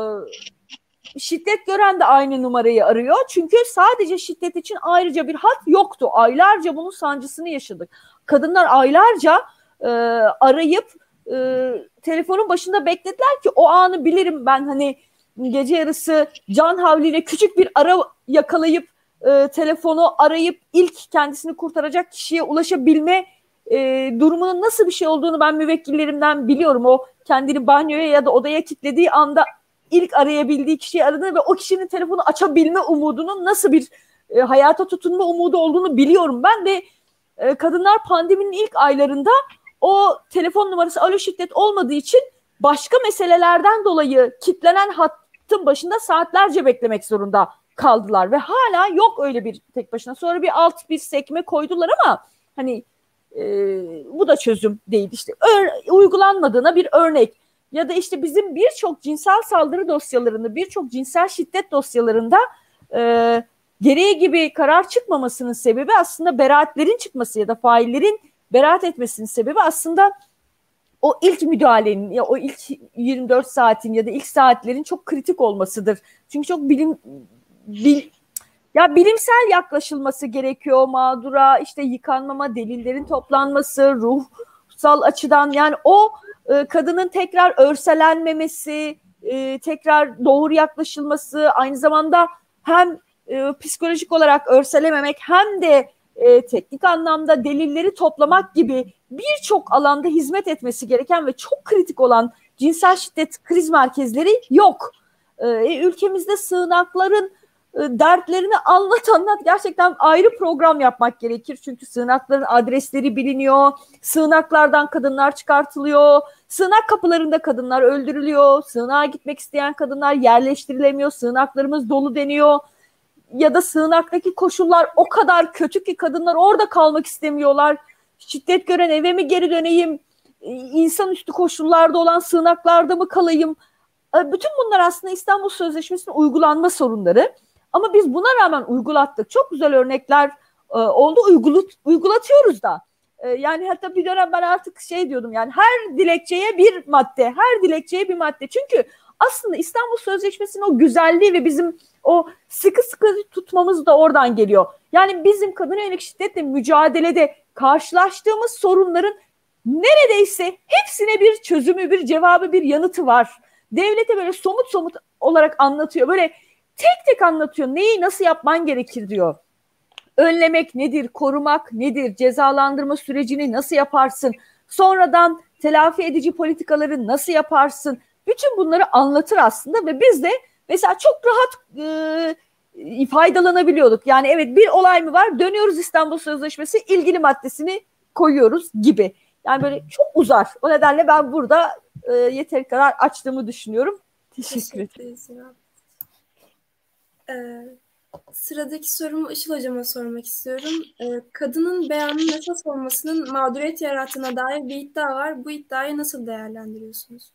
şiddet gören de aynı numarayı arıyor. Çünkü sadece şiddet için ayrıca bir hat yoktu. Aylarca bunun sancısını yaşadık. Kadınlar aylarca e, arayıp e, telefonun başında beklediler ki o anı bilirim ben, hani gece yarısı can havliyle küçük bir ara yakalayıp e, telefonu arayıp ilk kendisini kurtaracak kişiye ulaşabilme e, durumunun nasıl bir şey olduğunu ben müvekkillerimden biliyorum. O kendini banyoya ya da odaya kilitlediği anda ilk arayabildiği kişiyi aradığını ve o kişinin telefonu açabilme umudunun nasıl bir e, hayata tutunma umudu olduğunu biliyorum ben ve e, kadınlar pandeminin ilk aylarında o telefon numarası alo şiddet olmadığı için başka meselelerden dolayı kilitlenen hattın başında saatlerce beklemek zorunda kaldılar ve hala yok öyle bir tek başına. Sonra bir alt bir sekme koydular ama hani e, bu da çözüm değil. İşte ör, uygulanmadığına bir örnek. Ya da işte bizim birçok cinsel saldırı dosyalarında, birçok cinsel şiddet dosyalarında e, gereği gibi karar çıkmamasının sebebi aslında beraatlerin çıkması ya da faillerin beraat etmesinin sebebi aslında o ilk müdahalenin ya o ilk yirmi dört saatin ya da ilk saatlerin çok kritik olmasıdır. Çünkü çok bilim bil, ya bilimsel yaklaşılması gerekiyor mağdura, işte yıkanmama, delillerin toplanması, ruhsal açıdan, yani o e, kadının tekrar örselenmemesi, e, tekrar doğru yaklaşılması, aynı zamanda hem e, psikolojik olarak örselememek hem de e, teknik anlamda delilleri toplamak gibi birçok alanda hizmet etmesi gereken ve çok kritik olan cinsel şiddet kriz merkezleri yok. E, ülkemizde sığınakların e, dertlerini anlat anlat gerçekten ayrı program yapmak gerekir. Çünkü sığınakların adresleri biliniyor, sığınaklardan kadınlar çıkartılıyor, sığınak kapılarında kadınlar öldürülüyor, sığınağa gitmek isteyen kadınlar yerleştirilemiyor, sığınaklarımız dolu deniyor. Ya da sığınaktaki koşullar o kadar kötü ki kadınlar orada kalmak istemiyorlar. Şiddet gören eve mi geri döneyim, insanüstü koşullarda olan sığınaklarda mı kalayım? Bütün bunlar aslında İstanbul Sözleşmesi'nin uygulanma sorunları. Ama biz buna rağmen uygulattık. Çok güzel örnekler e, oldu. Uygulat, uygulatıyoruz da. E, yani hatta bir dönem ben artık şey diyordum, yani her dilekçeye bir madde, her dilekçeye bir madde. Çünkü aslında İstanbul Sözleşmesi'nin o güzelliği ve bizim o sıkı sıkı tutmamız da oradan geliyor. Yani bizim kadına yönelik şiddetle mücadelede karşılaştığımız sorunların neredeyse hepsine bir çözümü, bir cevabı, bir yanıtı var. Devlete böyle somut somut olarak anlatıyor. Böyle tek tek anlatıyor. Neyi nasıl yapman gerekir diyor. Önlemek nedir? Korumak nedir? Cezalandırma sürecini nasıl yaparsın? Sonradan telafi edici politikaları nasıl yaparsın? Bütün bunları anlatır aslında ve biz de mesela çok rahat e, faydalanabiliyorduk. Yani evet, bir olay mı var? Dönüyoruz İstanbul Sözleşmesi, ilgili maddesini koyuyoruz gibi. Yani böyle çok uzar. O nedenle ben burada e, yeteri kadar açtığımı düşünüyorum. Teşekkür ederim. Ee, sıradaki sorumu Işıl Hocam'a sormak istiyorum. Ee, kadının beyanının esas olmasının mağduriyet yarattığına dair bir iddia var. Bu iddiayı nasıl değerlendiriyorsunuz?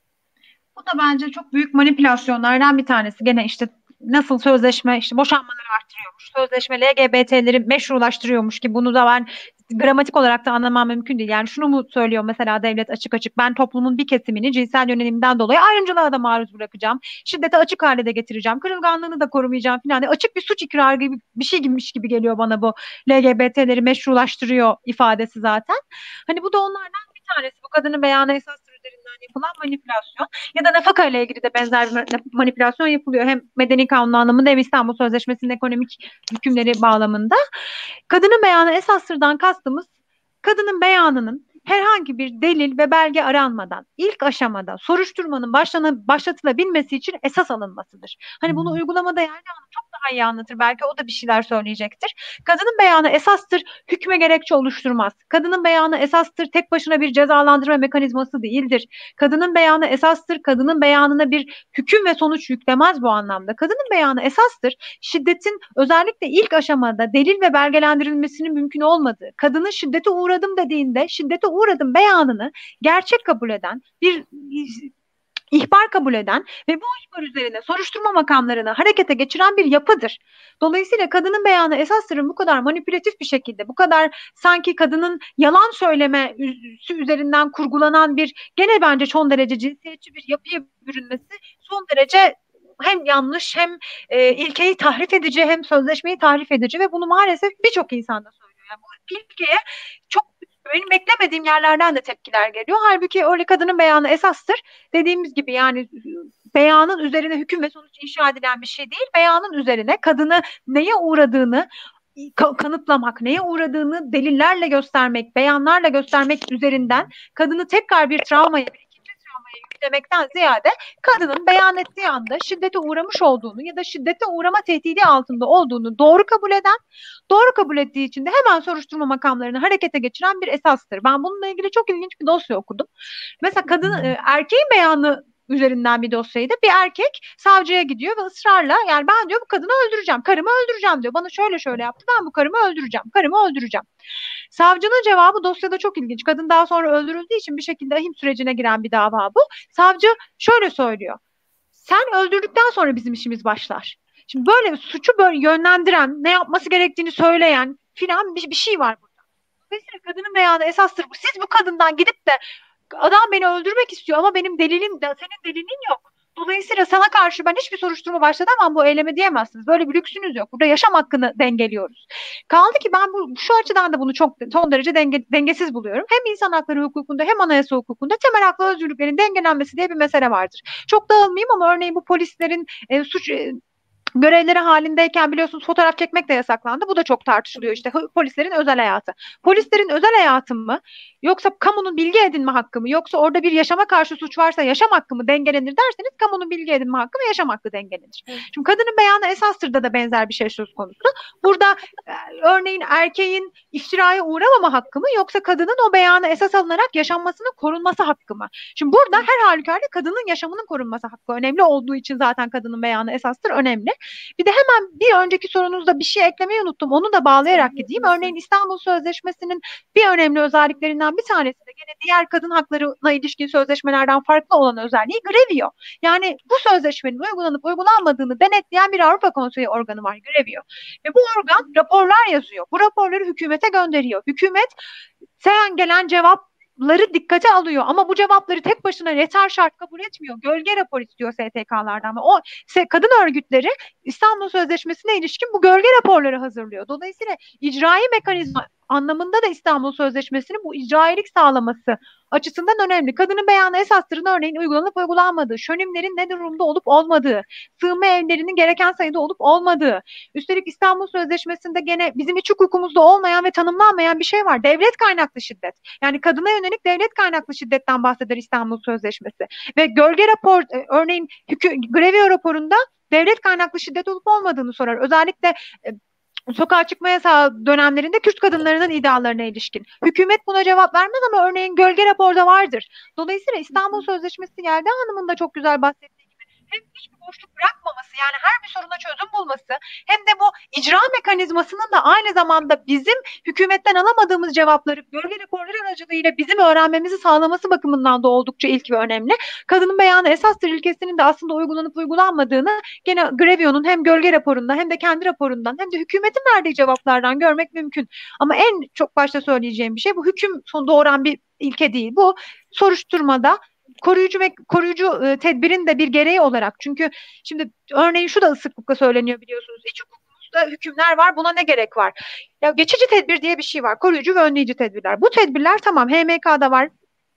Bu da bence çok büyük manipülasyonlardan bir tanesi. Gene işte nasıl sözleşme işte boşanmaları arttırıyormuş, sözleşme L G B T'leri meşrulaştırıyormuş ki bunu da ben gramatik olarak da anlamam mümkün değil. Yani şunu mu söylüyor mesela devlet açık açık, ben toplumun bir kesimini cinsel yönelimden dolayı ayrımcılığa da maruz bırakacağım, şiddete açık hale de getireceğim, kırılganlığını da korumayacağım falan diye açık bir suç ikrarı gibi bir şey gibiymiş gibi geliyor bana bu L G B T'leri meşrulaştırıyor ifadesi zaten. Hani bu da onlardan bir tanesi, bu kadının beyanı esastır üzerinden yapılan manipülasyon. Ya da nafaka ile ilgili de benzer bir manipülasyon yapılıyor. Hem medeni kanun anlamında hem İstanbul Sözleşmesi'nin ekonomik hükümleri bağlamında. Kadının beyanı esastırdan kastımız, kadının beyanının herhangi bir delil ve belge aranmadan ilk aşamada soruşturmanın başlana, başlatılabilmesi için esas alınmasıdır. Hani bunu uygulamada yani çok daha iyi anlatır. Belki o da bir şeyler söyleyecektir. Kadının beyanı esastır, hükme gerekçe oluşturmaz. Kadının beyanı esastır, tek başına bir cezalandırma mekanizması değildir. Kadının beyanı esastır, kadının beyanına bir hüküm ve sonuç yüklemez bu anlamda. Kadının beyanı esastır, şiddetin özellikle ilk aşamada delil ve belgelendirilmesinin mümkün olmadığı, kadının şiddete uğradım dediğinde şiddete uğradım beyanını gerçek kabul eden, bir ihbar kabul eden ve bu ihbar üzerine soruşturma makamlarını harekete geçiren bir yapıdır. Dolayısıyla kadının beyanı esastırın bu kadar manipülatif bir şekilde, bu kadar sanki kadının yalan söylemesi üzerinden kurgulanan bir, gene bence son derece cinsiyetçi bir yapıya bürünmesi son derece hem yanlış, hem e, ilkeyi tahrif edici, hem sözleşmeyi tahrif edici ve bunu maalesef birçok insan da söylüyor. Yani bu ilkeye çok benim beklemediğim yerlerden de tepkiler geliyor. Halbuki öyle kadının beyanı esastır. Dediğimiz gibi yani beyanın üzerine hüküm ve sonuç inşa edilen bir şey değil. Beyanın üzerine kadını neye uğradığını kanıtlamak, neye uğradığını delillerle göstermek, beyanlarla göstermek üzerinden kadını tekrar bir travmaya, bir ikinci travmaya yüklemekten ziyade kadının beyan ettiği anda şiddete uğramış olduğunu ya da şiddete uğrama tehdidi altında olduğunu doğru kabul eden, doğru kabul ettiği için de hemen soruşturma makamlarını harekete geçiren bir esastır. Ben bununla ilgili çok ilginç bir dosya okudum. Mesela kadın, erkeğin beyanı üzerinden bir dosyaydı. Bir erkek savcıya gidiyor ve ısrarla, yani ben diyor bu kadını öldüreceğim, karımı öldüreceğim diyor. Bana şöyle şöyle yaptı, ben bu karımı öldüreceğim, karımı öldüreceğim. Savcının cevabı dosyada çok ilginç. Kadın daha sonra öldürüldüğü için bir şekilde ahim sürecine giren bir dava bu. Savcı şöyle söylüyor: sen öldürdükten sonra bizim işimiz başlar. Şimdi böyle suçu böyle yönlendiren, ne yapması gerektiğini söyleyen filan bir, bir şey var burada. Dolayısıyla kadının beyanı esastır bu. Siz bu kadından gidip de adam beni öldürmek istiyor ama benim delilim de, senin delilin yok. Dolayısıyla sana karşı ben hiçbir soruşturma başlatamam bu eyleme diyemezsiniz. Böyle bir lüksünüz yok. Burada yaşam hakkını dengeliyoruz. Kaldı ki ben bu, şu açıdan da bunu çok son derece denge, dengesiz buluyorum. Hem insan hakları hukukunda hem anayasa hukukunda temel hak ve özgürlüklerin dengelenmesi diye bir mesele vardır. Çok dağılmayayım ama örneğin bu polislerin e, suç... E, Görevleri halindeyken biliyorsunuz fotoğraf çekmek de yasaklandı. Bu da çok tartışılıyor işte polislerin özel hayatı. Polislerin özel hayatı mı yoksa kamunun bilgi edinme hakkı mı yoksa orada bir yaşama karşı suç varsa yaşam hakkı mı dengelenir derseniz kamunun bilgi edinme hakkı ve yaşam hakkı dengelenir. Evet. Şimdi kadının beyanı esastırda da benzer bir şey söz konusu. Burada e, örneğin erkeğin iftiraya uğramama hakkı mı yoksa kadının o beyanı esas alınarak yaşanmasının korunması hakkı mı? Şimdi burada her halükarda kadının yaşamının korunması hakkı önemli olduğu için zaten kadının beyanı esastır önemli. Bir de hemen bir önceki sorunuzda bir şey eklemeyi unuttum. Onu da bağlayarak gideyim. Örneğin İstanbul Sözleşmesi'nin bir önemli özelliklerinden bir tanesi de gene diğer kadın haklarına ilişkin sözleşmelerden farklı olan özelliği Grevio. Yani bu sözleşmenin uygulanıp uygulanmadığını denetleyen bir Avrupa Konseyi organı var, Grevio. Ve bu organ raporlar yazıyor. Bu raporları hükümete gönderiyor. Hükümet sen gelen cevap ları dikkate alıyor ama bu cevapları tek başına yeter şart kabul etmiyor. Gölge rapor istiyor S T K'lardan ve o kadın örgütleri İstanbul Sözleşmesi'ne ilişkin bu gölge raporları hazırlıyor. Dolayısıyla icraî mekanizma anlamında da İstanbul Sözleşmesi'nin bu icrailik sağlaması açısından önemli. Kadının beyanı esastırın örneğin uygulanıp uygulanmadığı, şönimlerin ne durumda olup olmadığı, sığınma evlerinin gereken sayıda olup olmadığı. Üstelik İstanbul Sözleşmesi'nde gene bizim iç hukukumuzda olmayan ve tanımlanmayan bir şey var. Devlet kaynaklı şiddet. Yani kadına yönelik devlet kaynaklı şiddetten bahseder İstanbul Sözleşmesi. Ve gölge rapor, örneğin Grevio raporunda devlet kaynaklı şiddet olup olmadığını sorar. Özellikle sokağa çıkma yasağı dönemlerinde Kürt kadınlarının iddialarına ilişkin. Hükümet buna cevap vermez ama örneğin gölge raporda vardır. Dolayısıyla İstanbul Sözleşmesi Yelda Hanım'ın da çok güzel bahsettiği gibi hem hiçbir boşluk bırakmaması yani her bir soruna çözüm bulması hem de bu icra mekanizmasının da aynı zamanda bizim hükümetten alamadığımız cevapları gölge raporları aracılığıyla bizim öğrenmemizi sağlaması bakımından da oldukça ilk ve önemli. Kadının beyanı esastır ilkesinin de aslında uygulanıp uygulanmadığını gene Grevio'nun hem gölge raporunda hem de kendi raporundan hem de hükümetin verdiği cevaplardan görmek mümkün. Ama en çok başta söyleyeceğim bir şey bu hüküm doğuran bir ilke değil. Bu soruşturmada koruyucu ve koruyucu e, tedbirin de bir gereği olarak çünkü şimdi örneğin şu da sıklıkla söyleniyor biliyorsunuz iç hukukumuzda hükümler var buna ne gerek var? Ya geçici tedbir diye bir şey var koruyucu ve önleyici tedbirler. Bu tedbirler tamam H M K'da var.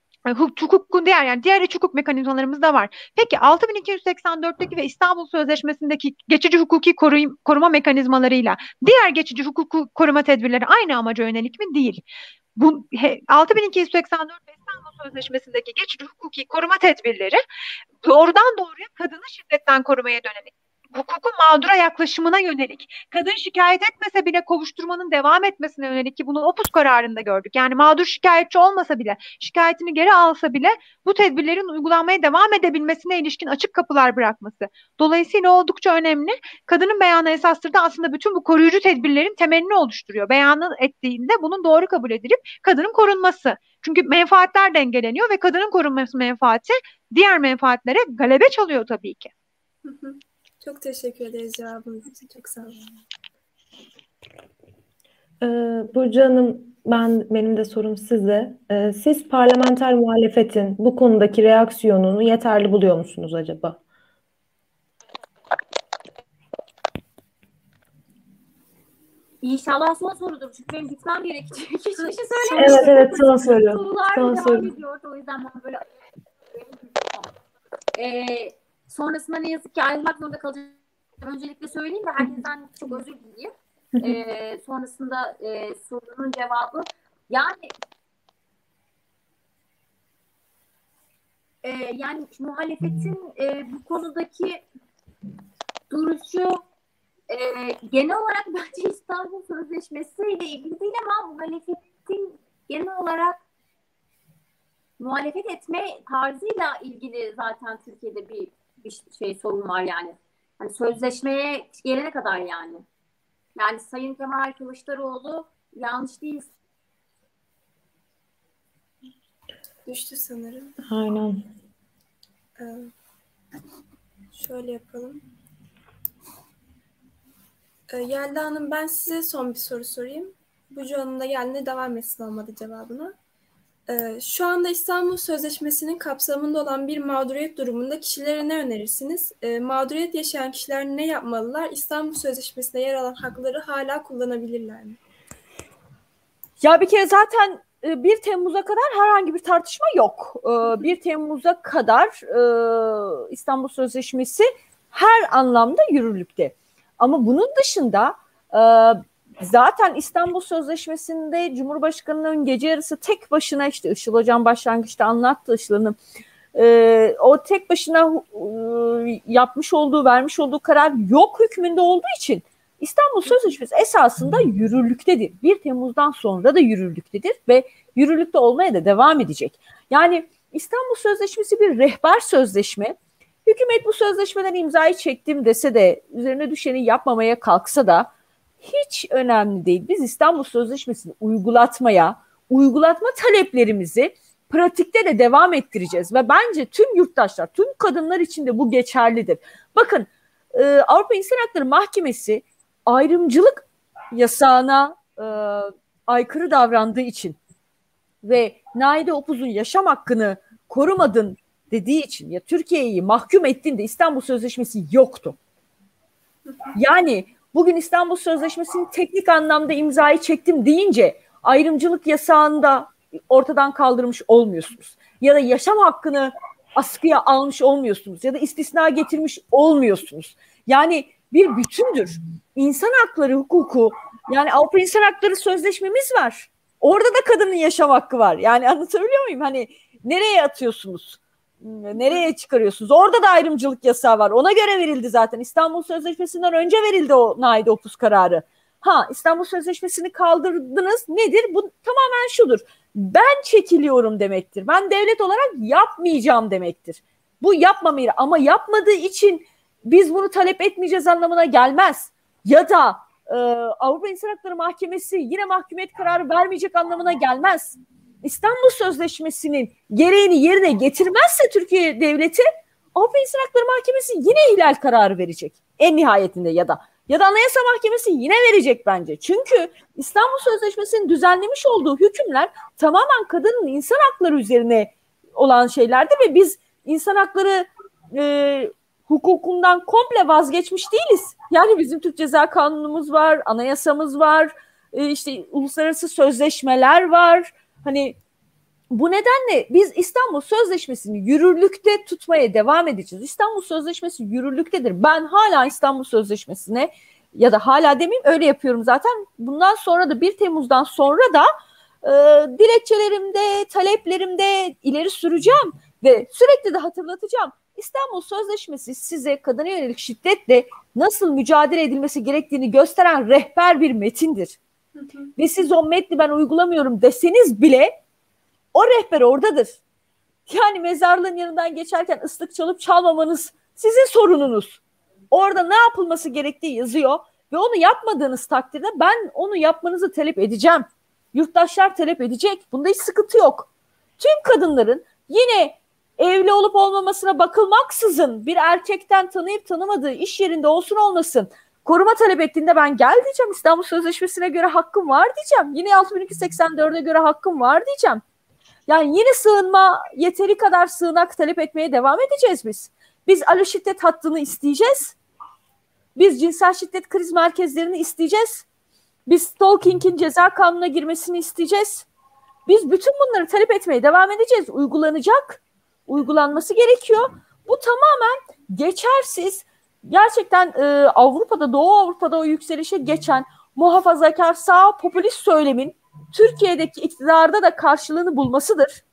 Hukukun diğer yani diğer iç hukuk mekanizmalarımız da var. Peki altı bin iki yüz seksen dörtteki ve İstanbul Sözleşmesi'ndeki geçici hukuki koruyum, koruma mekanizmalarıyla diğer geçici hukuku koruma tedbirleri aynı amaca yönelik mi? Değil. Bu altı bin iki yüz seksen dört ve İstanbul Sözleşmesi'ndeki geçici hukuki koruma tedbirleri doğrudan doğruya kadını şiddetten korumaya dönelik. Hukukun mağdura yaklaşımına yönelik, kadın şikayet etmese bile kovuşturmanın devam etmesine yönelik ki bunu Opus kararında gördük. Yani mağdur şikayetçi olmasa bile, şikayetini geri alsa bile bu tedbirlerin uygulanmaya devam edebilmesine ilişkin açık kapılar bırakması. Dolayısıyla oldukça önemli. Kadının beyanı esastır da aslında bütün bu koruyucu tedbirlerin temelini oluşturuyor. Beyanı ettiğinde bunun doğru kabul edilip kadının korunması. Çünkü menfaatler dengeleniyor ve kadının korunması menfaati diğer menfaatlere galebe çalıyor tabii ki. Hı hı. Çok teşekkür ederiz cevabınız için. Çok sağ olun. Ee, Burcu Hanım, ben benim de sorum size. Ee, siz parlamenter muhalefetin bu konudaki reaksiyonunu yeterli buluyor musunuz acaba? İnşallah son sorudur. Çünkü benim gitmem gerekecek. Hiçbir şey söylemiyorum. Evet evet son soru. Sorular son devam soru. ediyor. O yüzden ben böyle ee, sonrasında ne yazık ki ayrılmak zorunda kalacağım. Öncelikle söyleyeyim de herkesten çok özür dileyim. Ee, sonrasında e, sorunun cevabı yani e, yani muhalefetin e, bu konudaki duruşu e, genel olarak bence İstanbul Sözleşmesi ile ilgili değil ama muhalefetin genel olarak muhalefet etme tarzıyla ilgili zaten Türkiye'de bir bir şey sorun var yani. Hani sözleşmeye gelene kadar yani. Yani Sayın Kemal Kılıçdaroğlu yanlış değil. Düştü sanırım. Aynen. Ee, şöyle yapalım. Ee, Yelda Hanım, ben size son bir soru sorayım. Burcu Hanım da geldiğinde devam etsin olmadı cevabına. Ee, şu anda İstanbul Sözleşmesi'nin kapsamında olan bir mağduriyet durumunda kişilere ne önerirsiniz? Ee, mağduriyet yaşayan kişiler ne yapmalılar? İstanbul Sözleşmesi'nde yer alan hakları hala kullanabilirler mi? Ya bir kere zaten bir Temmuz'a kadar herhangi bir tartışma yok. bir Temmuz'a kadar İstanbul Sözleşmesi her anlamda yürürlükte. Ama bunun dışında e, zaten İstanbul Sözleşmesi'nde Cumhurbaşkanı'nın gece yarısı tek başına, işte Işıl Hocam başlangıçta anlattı Işıl Hanım, e, o tek başına e, yapmış olduğu, vermiş olduğu karar yok hükmünde olduğu için İstanbul Sözleşmesi esasında yürürlüktedir. bir Temmuz'dan sonra da yürürlüktedir ve yürürlükte olmaya da devam edecek. Yani İstanbul Sözleşmesi bir rehber sözleşme. Hükümet bu sözleşmeden imzayı çektim dese de, üzerine düşeni yapmamaya kalksa da hiç önemli değil. Biz İstanbul Sözleşmesi'ni uygulatmaya, uygulatma taleplerimizi pratikte de devam ettireceğiz. Ve bence tüm yurttaşlar, tüm kadınlar için de bu geçerlidir. Bakın, e, Avrupa İnsan Hakları Mahkemesi ayrımcılık yasağına e, aykırı davrandığı için ve Naide Opuz'un yaşam hakkını korumadın dediği için, ya Türkiye'yi mahkum ettin de İstanbul Sözleşmesi yoktu. Yani bugün İstanbul Sözleşmesi'ni teknik anlamda imzayı çektim deyince ayrımcılık yasağını da ortadan kaldırmış olmuyorsunuz. Ya da yaşam hakkını askıya almış olmuyorsunuz. Ya da istisna getirmiş olmuyorsunuz. Yani bir bütündür. İnsan hakları hukuku, yani Avrupa İnsan Hakları Sözleşmemiz var. Orada da kadının yaşam hakkı var. Yani anlatabiliyor muyum? Hani nereye atıyorsunuz? Nereye çıkarıyorsunuz? Orada da ayrımcılık yasağı var. Ona göre verildi zaten. İstanbul Sözleşmesi'nden önce verildi o Naide Opuz kararı. Ha, İstanbul Sözleşmesi'ni kaldırdınız. Nedir? Bu tamamen şudur. Ben çekiliyorum demektir. Ben devlet olarak yapmayacağım demektir. Bu yapmamayı, ama yapmadığı için biz bunu talep etmeyeceğiz anlamına gelmez. Ya da e, Avrupa İnsan Hakları Mahkemesi yine mahkumiyet kararı vermeyecek anlamına gelmez. İstanbul Sözleşmesi'nin gereğini yerine getirmezse Türkiye Devleti, Avrupa İnsan Hakları Mahkemesi yine ihlal kararı verecek. En nihayetinde ya da ya da Anayasa Mahkemesi yine verecek bence. Çünkü İstanbul Sözleşmesi'nin düzenlemiş olduğu hükümler tamamen kadının insan hakları üzerine olan şeylerdi ve biz insan hakları e, hukukundan komple vazgeçmiş değiliz. Yani bizim Türk Ceza Kanunumuz var, anayasamız var, e, işte uluslararası sözleşmeler var. Hani bu nedenle biz İstanbul Sözleşmesi'ni yürürlükte tutmaya devam edeceğiz. İstanbul Sözleşmesi yürürlüktedir. Ben hala İstanbul Sözleşmesi'ne, ya da hala demeyeyim, öyle yapıyorum zaten. Bundan sonra da bir Temmuz'dan sonra da e, dilekçelerimde, taleplerimde ileri süreceğim ve sürekli de hatırlatacağım. İstanbul Sözleşmesi size kadına yönelik şiddetle nasıl mücadele edilmesi gerektiğini gösteren rehber bir metindir. Hı hı. Ve siz o metni ben uygulamıyorum deseniz bile o rehber oradadır. Yani mezarlığın yanından geçerken ıslık çalıp çalmamanız sizin sorununuz. Orada ne yapılması gerektiği yazıyor ve onu yapmadığınız takdirde ben onu yapmanızı talep edeceğim. Yurttaşlar talep edecek. Bunda hiç sıkıntı yok. Tüm kadınların yine evli olup olmamasına bakılmaksızın bir erkekten tanıyıp tanımadığı iş yerinde olsun olmasın koruma talep ettiğinde ben gel diyeceğim. İstanbul Sözleşmesi'ne göre hakkım var diyeceğim. Yine altı bin iki yüz seksen dörde göre hakkım var diyeceğim. Yani yine sığınma, yeteri kadar sığınak talep etmeye devam edeceğiz biz. Biz alo şiddet hattını isteyeceğiz. Biz cinsel şiddet kriz merkezlerini isteyeceğiz. Biz stalking'in ceza kanununa girmesini isteyeceğiz. Biz bütün bunları talep etmeye devam edeceğiz. Uygulanacak, uygulanması gerekiyor. Bu tamamen geçersiz, gerçekten e, Avrupa'da, Doğu Avrupa'da o yükselişe geçen muhafazakar sağ popülist söylemin Türkiye'deki iktidarda da karşılığını bulmasıdır.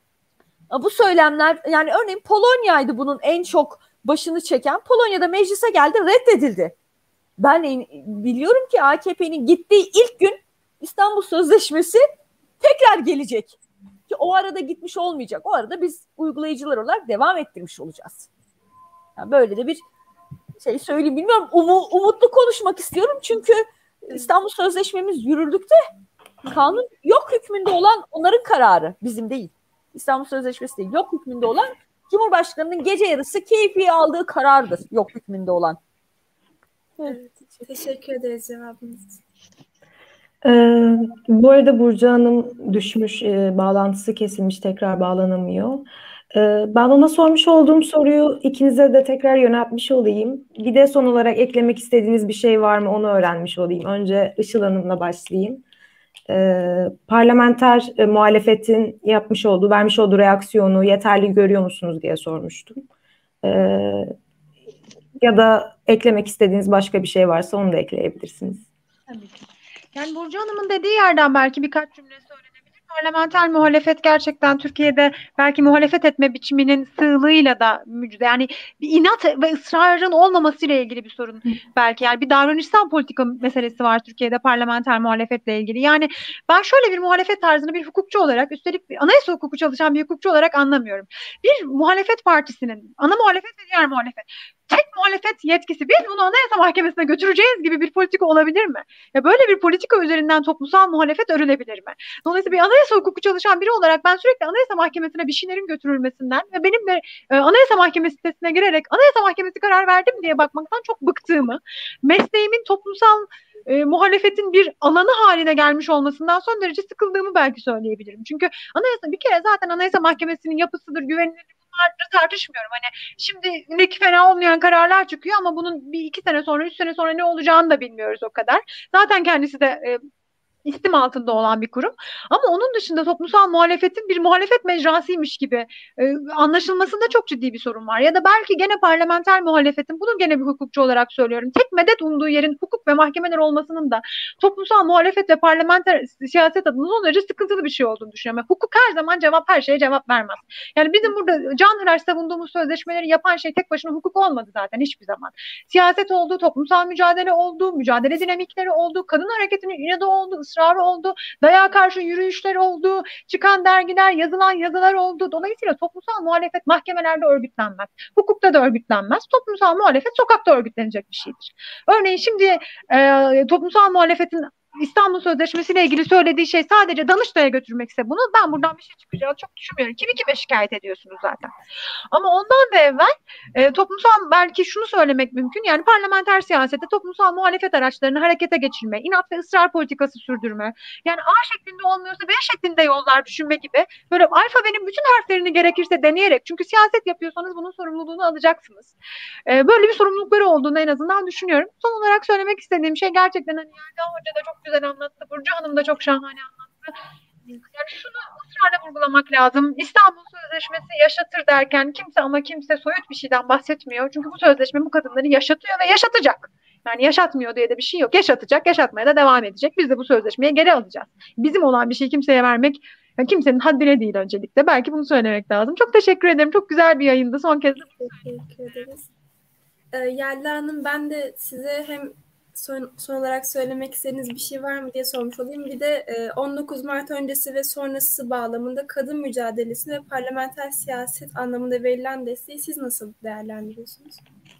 Bu söylemler, yani örneğin Polonya'ydı bunun en çok başını çeken. Polonya'da meclise geldi, reddedildi. Ben biliyorum ki A K P'nin gittiği ilk gün İstanbul Sözleşmesi tekrar gelecek. Ki o arada gitmiş olmayacak. O arada biz uygulayıcılar olarak devam ettirmiş olacağız. Yani böyle de bir şey söyleyeyim, bilmiyorum. Umu, umutlu konuşmak istiyorum çünkü İstanbul Sözleşmemiz yürürlükte. Kanun yok hükmünde olan onların kararı, bizim değil. İstanbul Sözleşmesi değil, yok hükmünde olan Cumhurbaşkanı'nın gece yarısı keyfi aldığı karardır, yok hükmünde olan. Evet, teşekkür ederiz cevabınız için. Ee, bu arada Burcu Hanım düşmüş, e, bağlantısı kesilmiş, tekrar bağlanamıyor. Ee, ben ona sormuş olduğum soruyu ikinize de tekrar yöneltmiş olayım. Bir de son olarak eklemek istediğiniz bir şey var mı, onu öğrenmiş olayım. Önce Işıl Hanım'la başlayayım. Ee, parlamenter e, muhalefetin yapmış olduğu, vermiş olduğu reaksiyonu yeterli görüyor musunuz diye sormuştum. Ee, ya da eklemek istediğiniz başka bir şey varsa onu da ekleyebilirsiniz. Tabii ki. Yani Burcu Hanım'ın dediği yerden belki birkaç cümle söylenebilir. Parlamenter muhalefet gerçekten Türkiye'de belki muhalefet etme biçiminin sığlığıyla da müjde. Yani bir inat ve ısrarın olmamasıyla ilgili bir sorun belki. Yani bir davranışsal politika meselesi var Türkiye'de parlamenter muhalefetle ilgili. Yani ben şöyle bir muhalefet tarzını bir hukukçu olarak, üstelik bir anayasa hukuku çalışan bir hukukçu olarak anlamıyorum. Bir muhalefet partisinin, ana muhalefet ve diğer muhalefet, tek muhalefet yetkisi, biz bunu Anayasa Mahkemesi'ne götüreceğiz gibi bir politika olabilir mi? Ya böyle bir politika üzerinden toplumsal muhalefet örülebilir mi? Dolayısıyla bir anayasa hukuku çalışan biri olarak ben sürekli Anayasa Mahkemesi'ne bir şeylerin götürülmesinden ve benim de e, Anayasa Mahkemesi sitesine girerek Anayasa Mahkemesi karar verdi mi diye bakmaktan çok bıktığımı, mesleğimin toplumsal e, muhalefetin bir alanı haline gelmiş olmasından son derece sıkıldığımı belki söyleyebilirim. Çünkü anayasa bir kere zaten Anayasa Mahkemesi'nin yapısıdır, güvenilirliği, bunları tartışmıyorum. Hani şimdilik fena olmayan kararlar çıkıyor ama bunun bir iki sene sonra, üç sene sonra ne olacağını da bilmiyoruz o kadar. Zaten kendisi de e, istim altında olan bir kurum. Ama onun dışında toplumsal muhalefetin bir muhalefet mecrasıymış gibi e, anlaşılmasında çok ciddi bir sorun var. Ya da belki gene parlamenter muhalefetin, bunu gene bir hukukçu olarak söylüyorum, tek medet umduğu yerin hukuk ve mahkemeler olmasının da toplumsal muhalefet ve parlamenter siyaset adına son derece sıkıntılı bir şey olduğunu düşünüyorum. Yani hukuk her zaman cevap, her şeye cevap vermez. Yani bizim burada canhıraş savunduğumuz sözleşmeleri yapan şey tek başına hukuk olmadı zaten hiçbir zaman. Siyaset oldu, toplumsal mücadele oldu, mücadele dinamikleri oldu, kadın hareketinin inadı oldu, ısrarı oldu, dayağa karşı yürüyüşler oldu, çıkan dergiler, yazılan yazılar oldu. Dolayısıyla toplumsal muhalefet mahkemelerde örgütlenmez. Hukukta da örgütlenmez. Toplumsal muhalefet sokakta örgütlenecek bir şeydir. Örneğin şimdi e, toplumsal muhalefetin İstanbul Sözleşmesi ile ilgili söylediği şey sadece Danıştay'a götürmekse bunu, ben buradan bir şey çıkacağını çok düşünmüyorum. Kimi kime şikayet ediyorsunuz zaten. Ama ondan da evvel e, toplumsal, belki şunu söylemek mümkün, yani parlamenter siyasette toplumsal muhalefet araçlarını harekete geçirme, inat ve ısrar politikası sürdürme, yani A şeklinde olmuyorsa B şeklinde yollar düşünme gibi, böyle alfabenin bütün harflerini gerekirse deneyerek, çünkü siyaset yapıyorsanız bunun sorumluluğunu alacaksınız. E, böyle bir sorumlulukları olduğunu en azından düşünüyorum. Son olarak söylemek istediğim şey, gerçekten hani Yelda Hoca da çok güzel anlattı, Burcu Hanım da çok şahane anlattı. Yani şunu ısrarla vurgulamak lazım. İstanbul Sözleşmesi yaşatır derken kimse ama kimse soyut bir şeyden bahsetmiyor. Çünkü bu sözleşme bu kadınları yaşatıyor ve yaşatacak. Yani yaşatmıyor diye de bir şey yok. Yaşatacak, yaşatmaya da devam edecek. Biz de bu sözleşmeyi geri alacağız. Bizim olan bir şeyi kimseye vermek yani kimsenin haddine değil öncelikle. Belki bunu söylemek lazım. Çok teşekkür ederim. Çok güzel bir yayındı. Son kez. Teşekkür ederiz. Ee, Yelda Hanım, ben de size hem son, son olarak söylemek istediğiniz bir şey var mı diye sormuş olayım. Bir de on dokuz Mart öncesi ve sonrası bağlamında kadın mücadelesi ve parlamenter siyaset anlamında verilen desteği siz nasıl değerlendiriyorsunuz?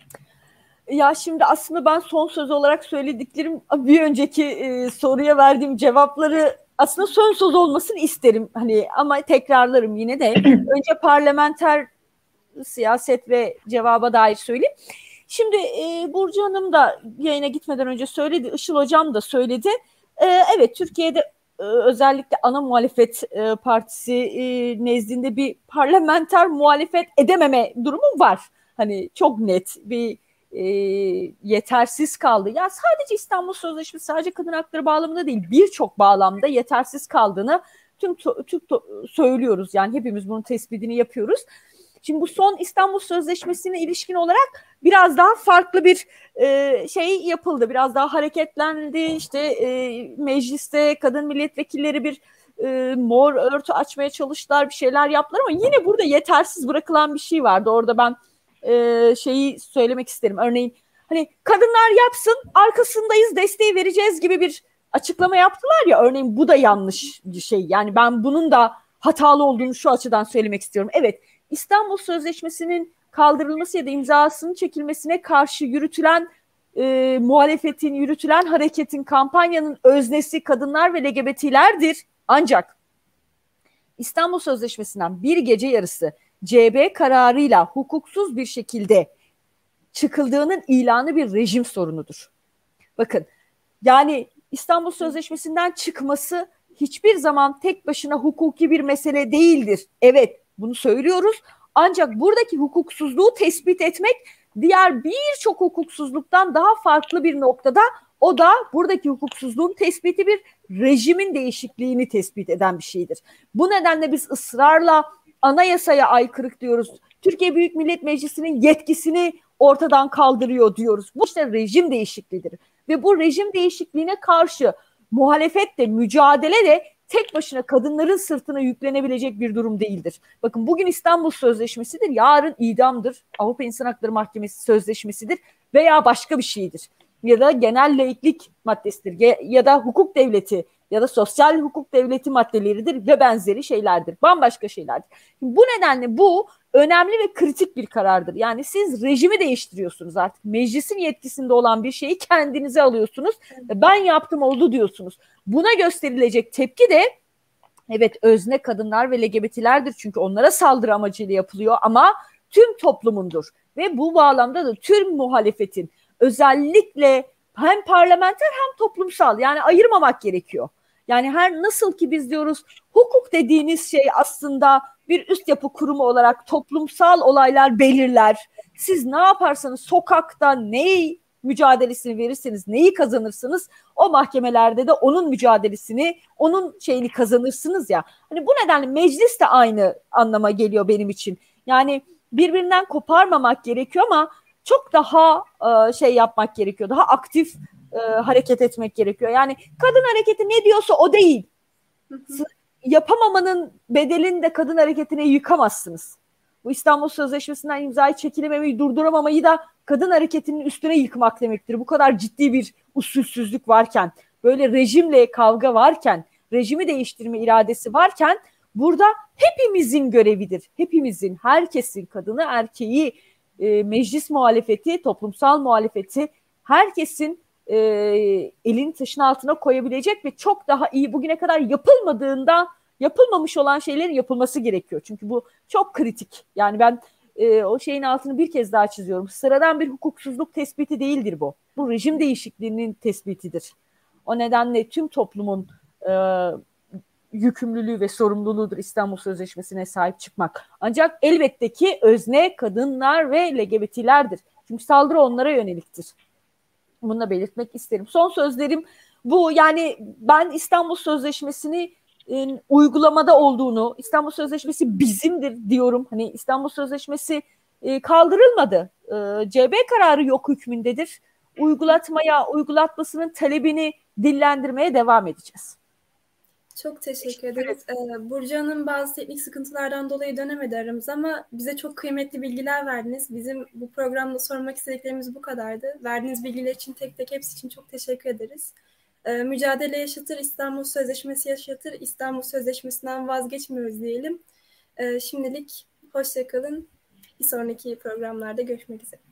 Ya şimdi aslında ben son söz olarak söylediklerim, bir önceki e, soruya verdiğim cevapları aslında son söz olmasını isterim. Hani ama tekrarlarım yine de. Önce parlamenter siyaset ve cevaba dair söyleyeyim. Şimdi e, Burcu Hanım da yayına gitmeden önce söyledi, Işıl Hocam da söyledi. E, evet, Türkiye'de e, özellikle ana muhalefet e, partisi e, nezdinde bir parlamenter muhalefet edememe durumu var. Hani çok net bir e, yetersiz kaldı. Ya sadece İstanbul Sözleşmesi, sadece kadın hakları bağlamında değil, birçok bağlamda yetersiz kaldığını tüm to- tüm to- söylüyoruz. Yani hepimiz bunun tespitini yapıyoruz. Şimdi bu son İstanbul Sözleşmesi'ne ilişkin olarak biraz daha farklı bir e, şey yapıldı. Biraz daha hareketlendi. İşte e, mecliste kadın milletvekilleri bir e, mor örtü açmaya çalıştılar, bir şeyler yaptılar ama yine burada yetersiz bırakılan bir şey vardı. Orada ben e, şeyi söylemek isterim. Örneğin hani kadınlar yapsın, arkasındayız, desteği vereceğiz gibi bir açıklama yaptılar ya. Örneğin bu da yanlış bir şey. Yani ben bunun da hatalı olduğunu şu açıdan söylemek istiyorum. Evet, İstanbul Sözleşmesi'nin kaldırılması ya da imzasının çekilmesine karşı yürütülen e, muhalefetin, yürütülen hareketin, kampanyanın öznesi kadınlar ve L G B T'lerdir. Ancak İstanbul Sözleşmesi'nden bir gece yarısı C B kararıyla hukuksuz bir şekilde çıkıldığının ilanı bir rejim sorunudur. Bakın, yani İstanbul Sözleşmesi'nden çıkması hiçbir zaman tek başına hukuki bir mesele değildir. Evet, bunu söylüyoruz. Ancak buradaki hukuksuzluğu tespit etmek diğer birçok hukuksuzluktan daha farklı bir noktada. O da buradaki hukuksuzluğun tespiti bir rejimin değişikliğini tespit eden bir şeydir. Bu nedenle biz ısrarla anayasaya aykırılık diyoruz. Türkiye Büyük Millet Meclisi'nin yetkisini ortadan kaldırıyor diyoruz. Bu işte rejim değişikliğidir. Ve bu rejim değişikliğine karşı muhalefet de, mücadele de tek başına kadınların sırtına yüklenebilecek bir durum değildir. Bakın bugün İstanbul Sözleşmesi'dir, yarın idamdır, Avrupa İnsan Hakları Mahkemesi Sözleşmesi'dir veya başka bir şeydir. Ya da genel laiklik maddesidir ya da hukuk devleti ya da sosyal hukuk devleti maddeleridir ve benzeri şeylerdir. Bambaşka şeylerdir. Bu nedenle bu önemli ve kritik bir karardır. Yani siz rejimi değiştiriyorsunuz artık. Meclisin yetkisinde olan bir şeyi kendinize alıyorsunuz. Ben yaptım oldu diyorsunuz. Buna gösterilecek tepki de evet özne kadınlar ve L G B T'lerdir. Çünkü onlara saldırı amacıyla yapılıyor ama tüm toplumundur. Ve bu bağlamda da tüm muhalefetin özellikle hem parlamenter hem toplumsal, yani ayırmamak gerekiyor. Yani her nasıl ki biz diyoruz hukuk dediğiniz şey aslında bir üst yapı kurumu olarak toplumsal olaylar belirler. Siz ne yaparsanız sokakta neyi mücadelesini verirseniz, neyi kazanırsınız, o mahkemelerde de onun mücadelesini, onun şeyini kazanırsınız ya. Hani bu nedenle meclis de aynı anlama geliyor benim için. Yani birbirinden koparmamak gerekiyor ama çok daha e, şey yapmak gerekiyor. Daha aktif e, hareket etmek gerekiyor. Yani kadın hareketi ne diyorsa o değil. Hı hı. Yapamamanın bedelini de kadın hareketine yıkamazsınız. Bu İstanbul Sözleşmesi'nden imzayı çekilememeyi, durduramamayı da kadın hareketinin üstüne yıkmak demektir. Bu kadar ciddi bir usulsüzlük varken, böyle rejimle kavga varken, rejimi değiştirme iradesi varken burada hepimizin görevidir. Hepimizin, herkesin, kadını, erkeği, e, meclis muhalefeti, toplumsal muhalefeti, herkesin e, elini taşın altına koyabilecek ve çok daha iyi, bugüne kadar yapılmadığında yapılmamış olan şeylerin yapılması gerekiyor. Çünkü bu çok kritik. Yani ben e, o şeyin altını bir kez daha çiziyorum. Sıradan bir hukuksuzluk tespiti değildir bu. Bu rejim değişikliğinin tespitidir. O nedenle tüm toplumun e, yükümlülüğü ve sorumluluğudur İstanbul Sözleşmesi'ne sahip çıkmak. Ancak elbette ki özne kadınlar ve L G B T'lerdir. Çünkü saldırı onlara yöneliktir. Bunu da belirtmek isterim. Son sözlerim bu. Yani ben İstanbul Sözleşmesi'ni e, uygulamada olduğunu, İstanbul Sözleşmesi bizimdir diyorum. Hani İstanbul Sözleşmesi e, kaldırılmadı. E, C B kararı yok hükmündedir. Uygulatmaya, uygulatmasının talebini dillendirmeye devam edeceğiz. Çok teşekkür ederiz. Ee, Burcu Hanım bazı teknik sıkıntılardan dolayı dönemedi aramıza ama bize çok kıymetli bilgiler verdiniz. Bizim bu programda sormak istediklerimiz bu kadardı. Verdiğiniz bilgiler için tek tek hepsi için çok teşekkür ederiz. Ee, mücadele yaşatır, İstanbul Sözleşmesi yaşatır, İstanbul Sözleşmesi'nden vazgeçmiyoruz diyelim. Ee, şimdilik hoşça kalın. Bir sonraki programlarda görüşmek üzere.